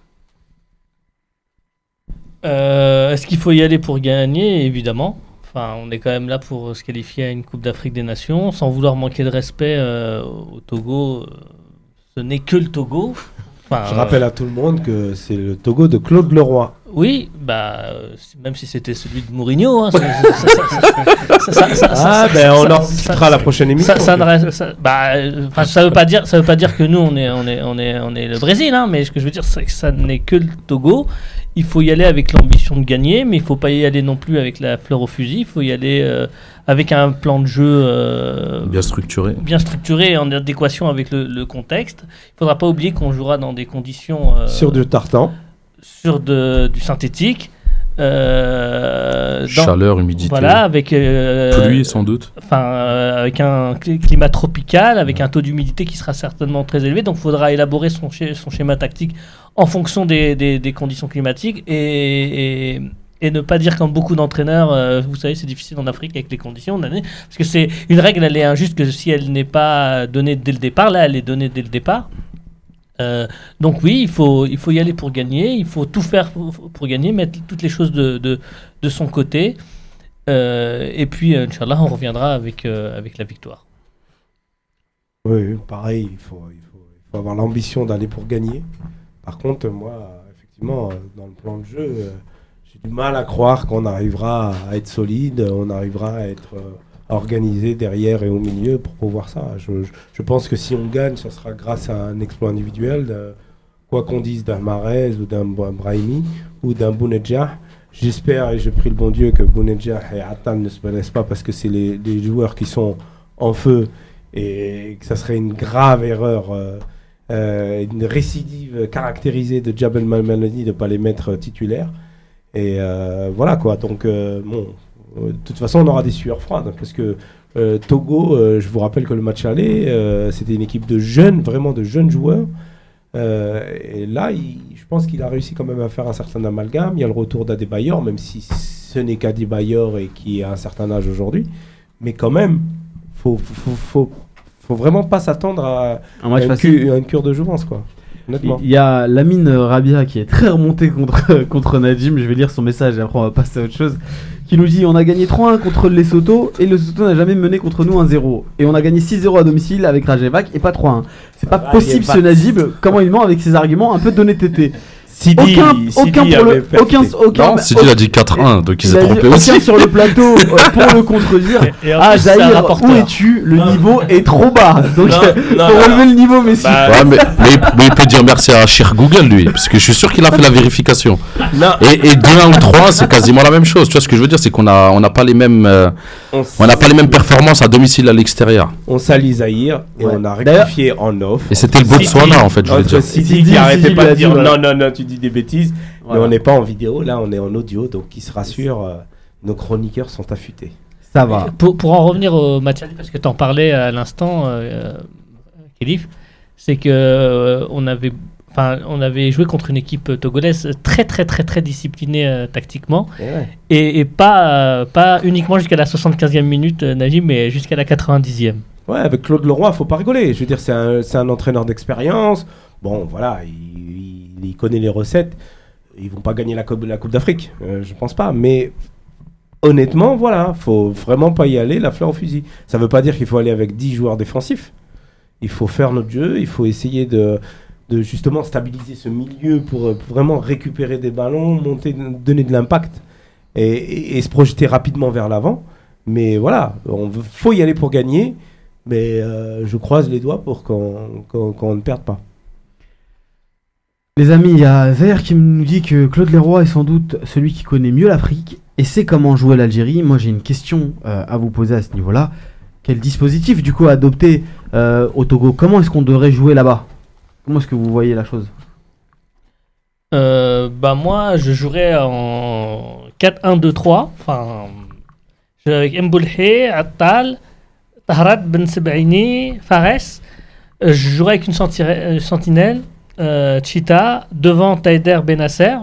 Euh, est-ce qu'il faut y aller pour gagner? Évidemment. Enfin, on est quand même là pour se qualifier à une Coupe d'Afrique des Nations, sans vouloir manquer de respect euh, au Togo. Euh, ce n'est que le Togo. Enfin, Je rappelle à tout le monde que c'est le Togo de Claude Leroy. Oui, bah, euh, même si c'était celui de Mourinho. Hein, ah, ben on en discutera à la prochaine émission. Ça, ça, ne, ça, bah, euh, ça veut pas dire, ça veut pas dire que nous on est, on est, on est, on est le Brésil, hein, mais ce que je veux dire, c'est que ça n'est que le Togo. Il faut y aller avec l'ambition de gagner, mais il faut pas y aller non plus avec la fleur au fusil. Il faut y aller euh, avec un plan de jeu euh, bien structuré, bien structuré, en adéquation avec le, le contexte. Il faudra pas oublier qu'on jouera dans des conditions euh, sur du tartan. Sur de, du synthétique, euh, dans, chaleur, humidité, voilà, avec euh, pluie sans doute. Enfin, euh, avec un climat tropical, avec un taux d'humidité qui sera certainement très élevé. Donc, il faudra élaborer son, sch- son schéma tactique en fonction des, des, des conditions climatiques et, et, et ne pas dire comme beaucoup d'entraîneurs, euh, vous savez, c'est difficile en Afrique avec les conditions, parce que c'est une règle, elle est injuste que si elle n'est pas donnée dès le départ. Là, elle est donnée dès le départ. Euh, donc oui, il faut, il faut y aller pour gagner, il faut tout faire pour, pour gagner, mettre toutes les choses de, de, de son côté, euh, et puis euh, Inch'Allah, on reviendra avec, euh, avec la victoire. Oui, pareil, il faut, il faut, il faut avoir l'ambition d'aller pour gagner. Par contre, moi, effectivement, dans le plan de jeu, euh, j'ai du mal à croire qu'on arrivera à être solide, on arrivera à être... Euh, organisé derrière et au milieu pour pouvoir ça. Je, je, je pense que si on gagne, ça sera grâce à un exploit individuel, de, quoi qu'on dise d'un Mahrez ou d'un Brahimi ou d'un Bounedjah. J'espère et je prie le bon Dieu que Bounedjah et Attal ne se blessent pas parce que c'est les, les joueurs qui sont en feu et que ça serait une grave erreur, euh, euh, une récidive caractérisée de Jabel Malmaloudi de ne pas les mettre titulaires. Et euh, voilà quoi, donc euh, bon... De toute façon, on aura des sueurs froides parce que euh, Togo, euh, je vous rappelle que le match aller, euh, c'était une équipe de jeunes, vraiment de jeunes joueurs. Euh, et là, il, je pense qu'il a réussi quand même à faire un certain amalgame. Il y a le retour d'Adebayor, même si ce n'est qu'Adebayor et qui a un certain âge aujourd'hui. Mais quand même, faut, faut, faut, faut vraiment pas s'attendre à, un à, une, cu- à une cure de jouvence, quoi. Honnêtement. Il y a Lamine Rabia qui est très remonté contre, contre Nadim. Je vais lire son message et après on va passer à autre chose. Qui nous dit: on a gagné trois un contre le Lesotho et le Lesotho n'a jamais mené contre nous un zéro. Et on a gagné six zéro à domicile avec Rajevac et pas trois un. C'est pas ah, possible ce Najib. Comment il ment avec ses arguments? Un peu d'honnêteté. Sidi, aucun, Sidi aucun, pour avait le, percuté. aucun, aucun, Non, Sidi il a dit quatre un, donc il il s'est a dit trompé aucun aussi. sur le plateau euh, pour le contredire. Et- et en Ah, plus, c'est un Zahir, rapporteur. où es-tu? Le Non. niveau est trop bas. Donc, Non, euh, non, faut non, relever non. le niveau, Messi. Bah, Ouais, mais, mais, mais il peut dire merci à Cher Google, lui, parce que je suis sûr qu'il a fait la vérification. Non, Et, et deux un ou trois, c'est quasiment la même chose. Tu vois ce que je veux dire, c'est qu'on a, on n'a pas les mêmes, euh, on, on n'a pas les mêmes performances à domicile et à l'extérieur. on salit Zahir et Ouais. on a D'ailleurs- rectifié en off. Et c'était le Botswana, en fait, je voulais Entre dire. Sidi Sidi, qui arrêtait Sidi pas lui de a dit, dire voilà. non, non, non, tu dis des bêtises. Voilà. Mais on n'est pas en vidéo, là on est en audio, donc qui se rassure, euh, nos chroniqueurs sont affûtés. Ça va. Pour, pour en revenir au match, parce que tu en parlais à l'instant, euh, Kélif, c'est que euh, on avait, enfin, on avait joué contre une équipe togolaise très très très très disciplinée euh, tactiquement Et ouais. et, et pas euh, pas uniquement jusqu'à la soixante-quinzième minute, euh, Najim, mais jusqu'à la quatre-vingt-dixième. Ouais, avec Claude Leroy, faut pas rigoler. Je veux dire, c'est un, c'est un entraîneur d'expérience. Bon, voilà, il, il, il connaît les recettes. Ils vont pas gagner la Coupe, la coupe d'Afrique, euh, je pense pas. Mais honnêtement, voilà, faut vraiment pas y aller la fleur au fusil. Ça veut pas dire qu'il faut aller avec dix joueurs défensifs. Il faut faire notre jeu, il faut essayer de, de justement stabiliser ce milieu pour, euh, pour vraiment récupérer des ballons, monter, donner de l'impact et, et- et se projeter rapidement vers l'avant. Mais voilà, il faut y aller pour gagner. Mais euh, je croise les doigts pour qu'on qu'on- qu'on ne perde pas. Les amis, il y a Zahir qui nous dit que Claude Leroy est sans doute celui qui connaît mieux l'Afrique et sait comment jouer l'Algérie. Moi, j'ai une question euh, à vous poser à ce niveau-là. Quel dispositif, du coup, adopter euh, au Togo? Comment est-ce qu'on devrait jouer là-bas? Comment est-ce que vous voyez la chose? Euh, bah moi, je jouerais en quatre un deux trois. Enfin, je jouerais avec Mboulhi, Attal, Tahrat, Ben Sebaini, Fares. Euh, je jouerais avec une sentire- euh, sentinelle, euh, Chita, devant Taider Benasser.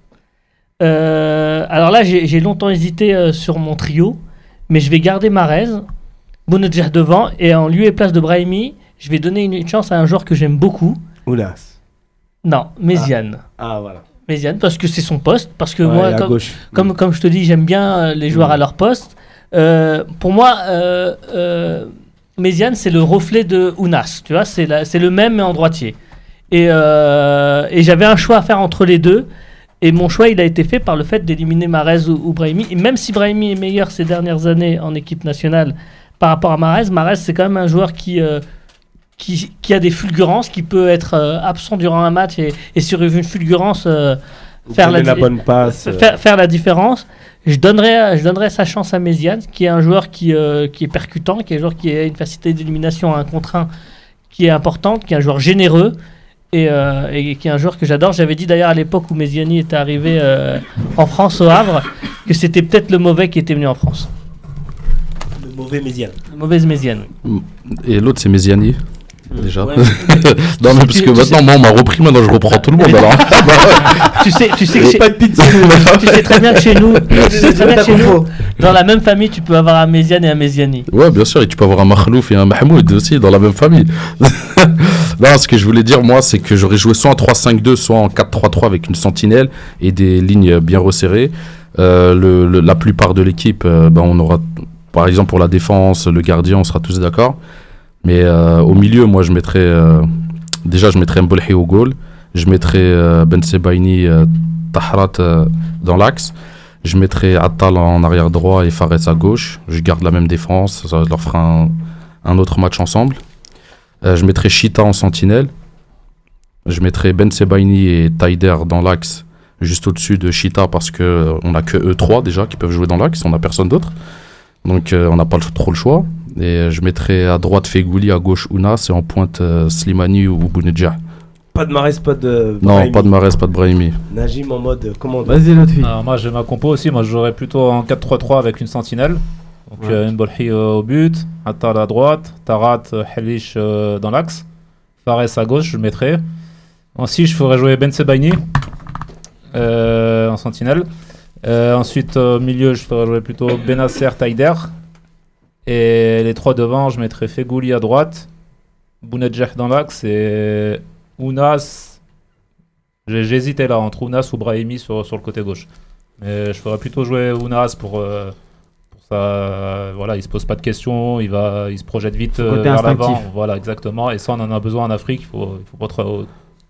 Euh, alors là, j'ai j'ai longtemps hésité euh, sur mon trio, mais je vais garder Marez, Bounedjah devant, et en lieu et place de Brahimi, je vais donner une, une chance à un joueur que j'aime beaucoup. Ounas. Non, Méziane. Ah voilà. Méziane, parce que c'est son poste, parce que Ouais, moi, à comme, gauche. comme, comme je te dis, j'aime bien euh, les joueurs Mm. à leur poste. Euh, pour moi, euh, euh, Méziane, c'est le reflet de Ounas, tu vois, c'est la- c'est le même mais en droitier. Et, euh, et j'avais un choix à faire entre les deux, et mon choix, il a été fait par le fait d'éliminer Mahrez ou, ou Brahimi. Et même si Brahimi est meilleur ces dernières années en équipe nationale par rapport à Mahrez, Mahrez, c'est quand même un joueur qui... euh, qui, qui a des fulgurances, qui peut être euh, absent durant un match et, et sur une fulgurance euh, faire, la, Donner la di- bonne passe. euh, faire, faire la différence. Je donnerais, je donnerais sa chance à Méziane, qui est un joueur qui, euh, qui est percutant, qui est un joueur qui a une facilité d'élimination à un contre un qui est importante, qui est un joueur généreux et, euh, et qui est un joueur que j'adore. J'avais dit d'ailleurs à l'époque où Méziani était arrivé euh, en France au Havre que c'était peut-être le mauvais qui était venu en France. Le mauvais Méziane. Le mauvais Méziane. Et l'autre, c'est Méziani. Déjà. Ouais. Non, mais parce Tu- que tu maintenant, moi, on m'a repris, maintenant, je reprends tout le monde. Alors, Tu sais, tu sais, que chez- Pas de pitié. tu sais très bien que chez nous, tu sais très bien que chez nous, T'as dans la même famille, tu peux avoir un Méziane et un Méziani. ouais, bien sûr, et tu peux avoir un Makhlouf et un Mahmoud aussi dans la même famille. Non, ce que je voulais dire, moi, c'est que j'aurais joué soit en trois cinq deux, soit en quatre trois trois avec une sentinelle et des lignes bien resserrées. Euh, le, le- la plupart de l'équipe, euh, ben, on aura, par exemple, pour la défense, le gardien, on sera tous d'accord. Mais euh, au milieu, moi, je mettrais. euh, déjà, je mettrais Mbolhi au goal. Je mettrais euh, Ben Sebaini, euh, Tahrat euh, dans l'axe. Je mettrais Attal en arrière droit et Fares à gauche. Je garde la même défense. Ça leur fera un, un autre match ensemble. Euh, je mettrais Chita en sentinelle. Je mettrais Ben Sebaini et Taider dans l'axe, juste au-dessus de Chita, parce qu'on n'a que eux trois déjà qui peuvent jouer dans l'axe. On n'a personne d'autre. Donc euh, on n'a pas le- trop le choix. Et euh, je mettrais à droite Fegouli, à gauche Ounas et en pointe euh, Slimani ou Bounedjah. Pas de Marès, pas de. Non, Brahimi. pas de Mahrez, pas de Brahimi. Najim en mode commande. Vas-y, l'autre fille. Alors, moi, j'ai ma compo aussi. Moi, je jouerais plutôt en quatre trois trois avec une sentinelle. Donc, Ouais. euh, Mbolhi euh, au but, Attal à droite, Tarat, euh, Halish euh, dans l'axe, Fares à gauche, je le mettrais. Ensuite, je ferais jouer Ben Sebaini euh, en sentinelle. Euh, ensuite, au milieu, je ferais jouer plutôt Benasser, Taider. Et les trois devant, je mettrais Fegouli à droite, Bounedjah dans l'axe et Ounas. J'ai- J'hésitais là entre Ounas ou Brahimi sur, sur le côté gauche. Mais je ferais plutôt jouer Ounas pour, euh, pour ça. euh, voilà, il se pose pas de questions, il, va, il se projette vite Son euh, côté vers instinctif. l'avant. Voilà, exactement. Et ça, on en a besoin en Afrique. Il faut, il faut pas trop,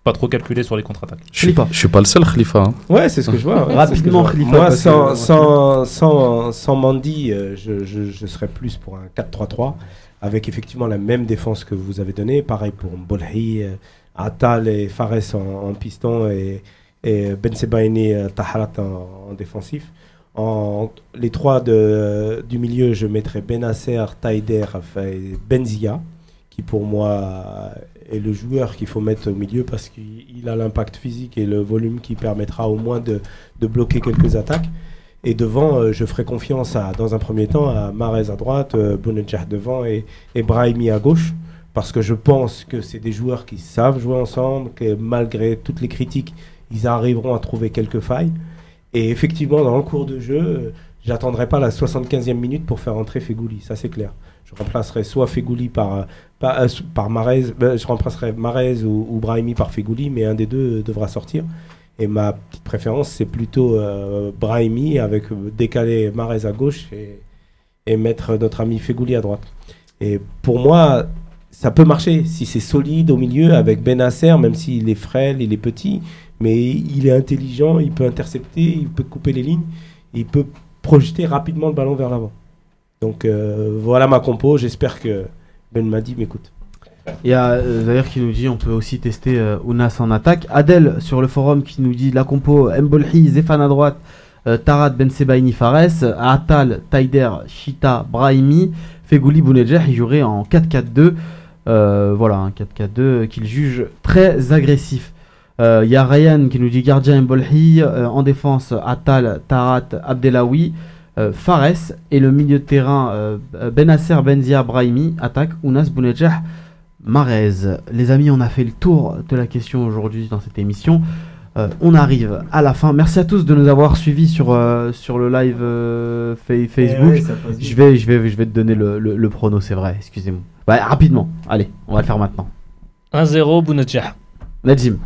pas trop calculer sur les contre-attaques. Je suis, je suis pas le seul, Khalifa. Hein. Ouais, c'est ce que je vois. Ouais, Rapidement, je vois. Khalifa. Moi, parce sans, que- sans, sans, sans Mandy, euh, je, je, je serais plus pour un quatre trois trois, avec effectivement la même défense que vous avez donnée. Pareil pour Mbolhi, euh, Atal et Fares en, en piston et, et Ben Sebaini, euh, Taharat en, en défensif. En, les trois de, du milieu, je mettrais Benasser, Taider et Benzia, qui pour moi est le joueur qu'il faut mettre au milieu parce qu'il a l'impact physique et le volume qui permettra au moins de, de bloquer quelques attaques. Et devant, euh, je ferai confiance à, dans un premier temps à Mahrez à droite, euh, Bounedjah devant et, et Brahimi à gauche, parce que je pense que c'est des joueurs qui savent jouer ensemble, que malgré toutes les critiques, ils arriveront à trouver quelques failles. Et effectivement, dans le cours de jeu, euh, j'attendrai pas la soixante-quinzième minute pour faire entrer Fegouli, ça c'est clair. Je remplacerai soit Fegouli par, par, euh, par Mahrez, euh, je remplacerai Mahrez ou, ou Brahimi par Fegouli, mais un des deux euh, devra sortir. Et ma petite préférence, c'est plutôt euh, Brahimi avec euh, décaler Mahrez à gauche et, et mettre notre ami Fegouli à droite. Et pour moi, ça peut marcher si c'est solide au milieu avec Benasser, même s'il est frêle, il est petit, mais il est intelligent, il peut intercepter, il peut couper les lignes, il peut projeter rapidement le ballon vers l'avant. Donc euh, voilà ma compo, j'espère que Ben Madi m'écoute. Il y a euh, Zahir qui nous dit on peut aussi tester euh, Ounas en attaque. Adèle sur le forum qui nous dit la compo Mbolhi, Zéphane à droite, euh, Tarat, Ben Sebaini, Fares, Atal, Taider, Chita, Brahimi, Fegouli, Bounedjah. Il jouerait en quatre quatre deux. Euh, voilà, un quatre quatre deux qu'il juge très agressif. Il euh, y a Ryan qui nous dit gardien Mbolhi, euh, en défense Atal, Tarat, Abdelawi, euh, Fares et le milieu de terrain euh, Benasser, Benzia, Brahimi, attaque Ounas, Bounedjah, Mahrez. Les amis, on a fait le tour de la question aujourd'hui dans cette émission. Euh, on arrive à la fin. Merci à tous de nous avoir suivis sur, euh, sur le live euh, fa- Facebook. Eh ouais, ça passe vite. je, vais, je, vais, je vais te donner le, le, le prono, c'est vrai, excusez-moi. Ouais, rapidement, allez, on va le faire maintenant. un zéro Bounedjah. Najim,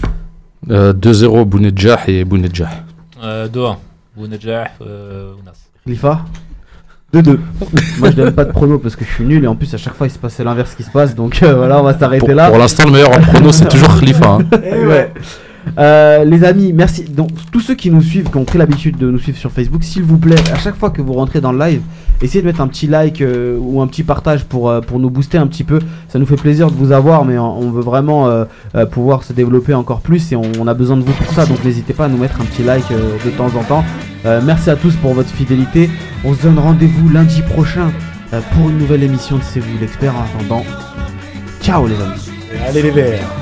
Euh, deux zéro Bounedjah et Bounedjah. Euh, deux un. Bounedjah, euh, Ounas. Khalifa deux deux. Moi je donne pas de prono parce que je suis nul et en plus à chaque fois il se passait l'inverse qui se passe, donc euh, voilà, on va s'arrêter Pour, là. pour l'instant, le meilleur en prono, c'est toujours Khalifa. Hein. Ouais. Euh, les amis, merci. Donc, tous ceux qui nous suivent, qui ont pris l'habitude de nous suivre sur Facebook, s'il vous plaît, à chaque fois que vous rentrez dans le live, essayez de mettre un petit like euh, ou un petit partage pour, euh, pour nous booster un petit peu. Ça nous fait plaisir de vous avoir, mais on, on veut vraiment euh, euh, pouvoir se développer encore plus et on, on a besoin de vous pour ça. Donc, n'hésitez pas à nous mettre un petit like euh, de temps en temps. Euh, merci à tous pour votre fidélité. On se donne rendez-vous lundi prochain euh, pour une nouvelle émission de C'est vous l'expert. En attendant, ciao les amis. Allez les verts.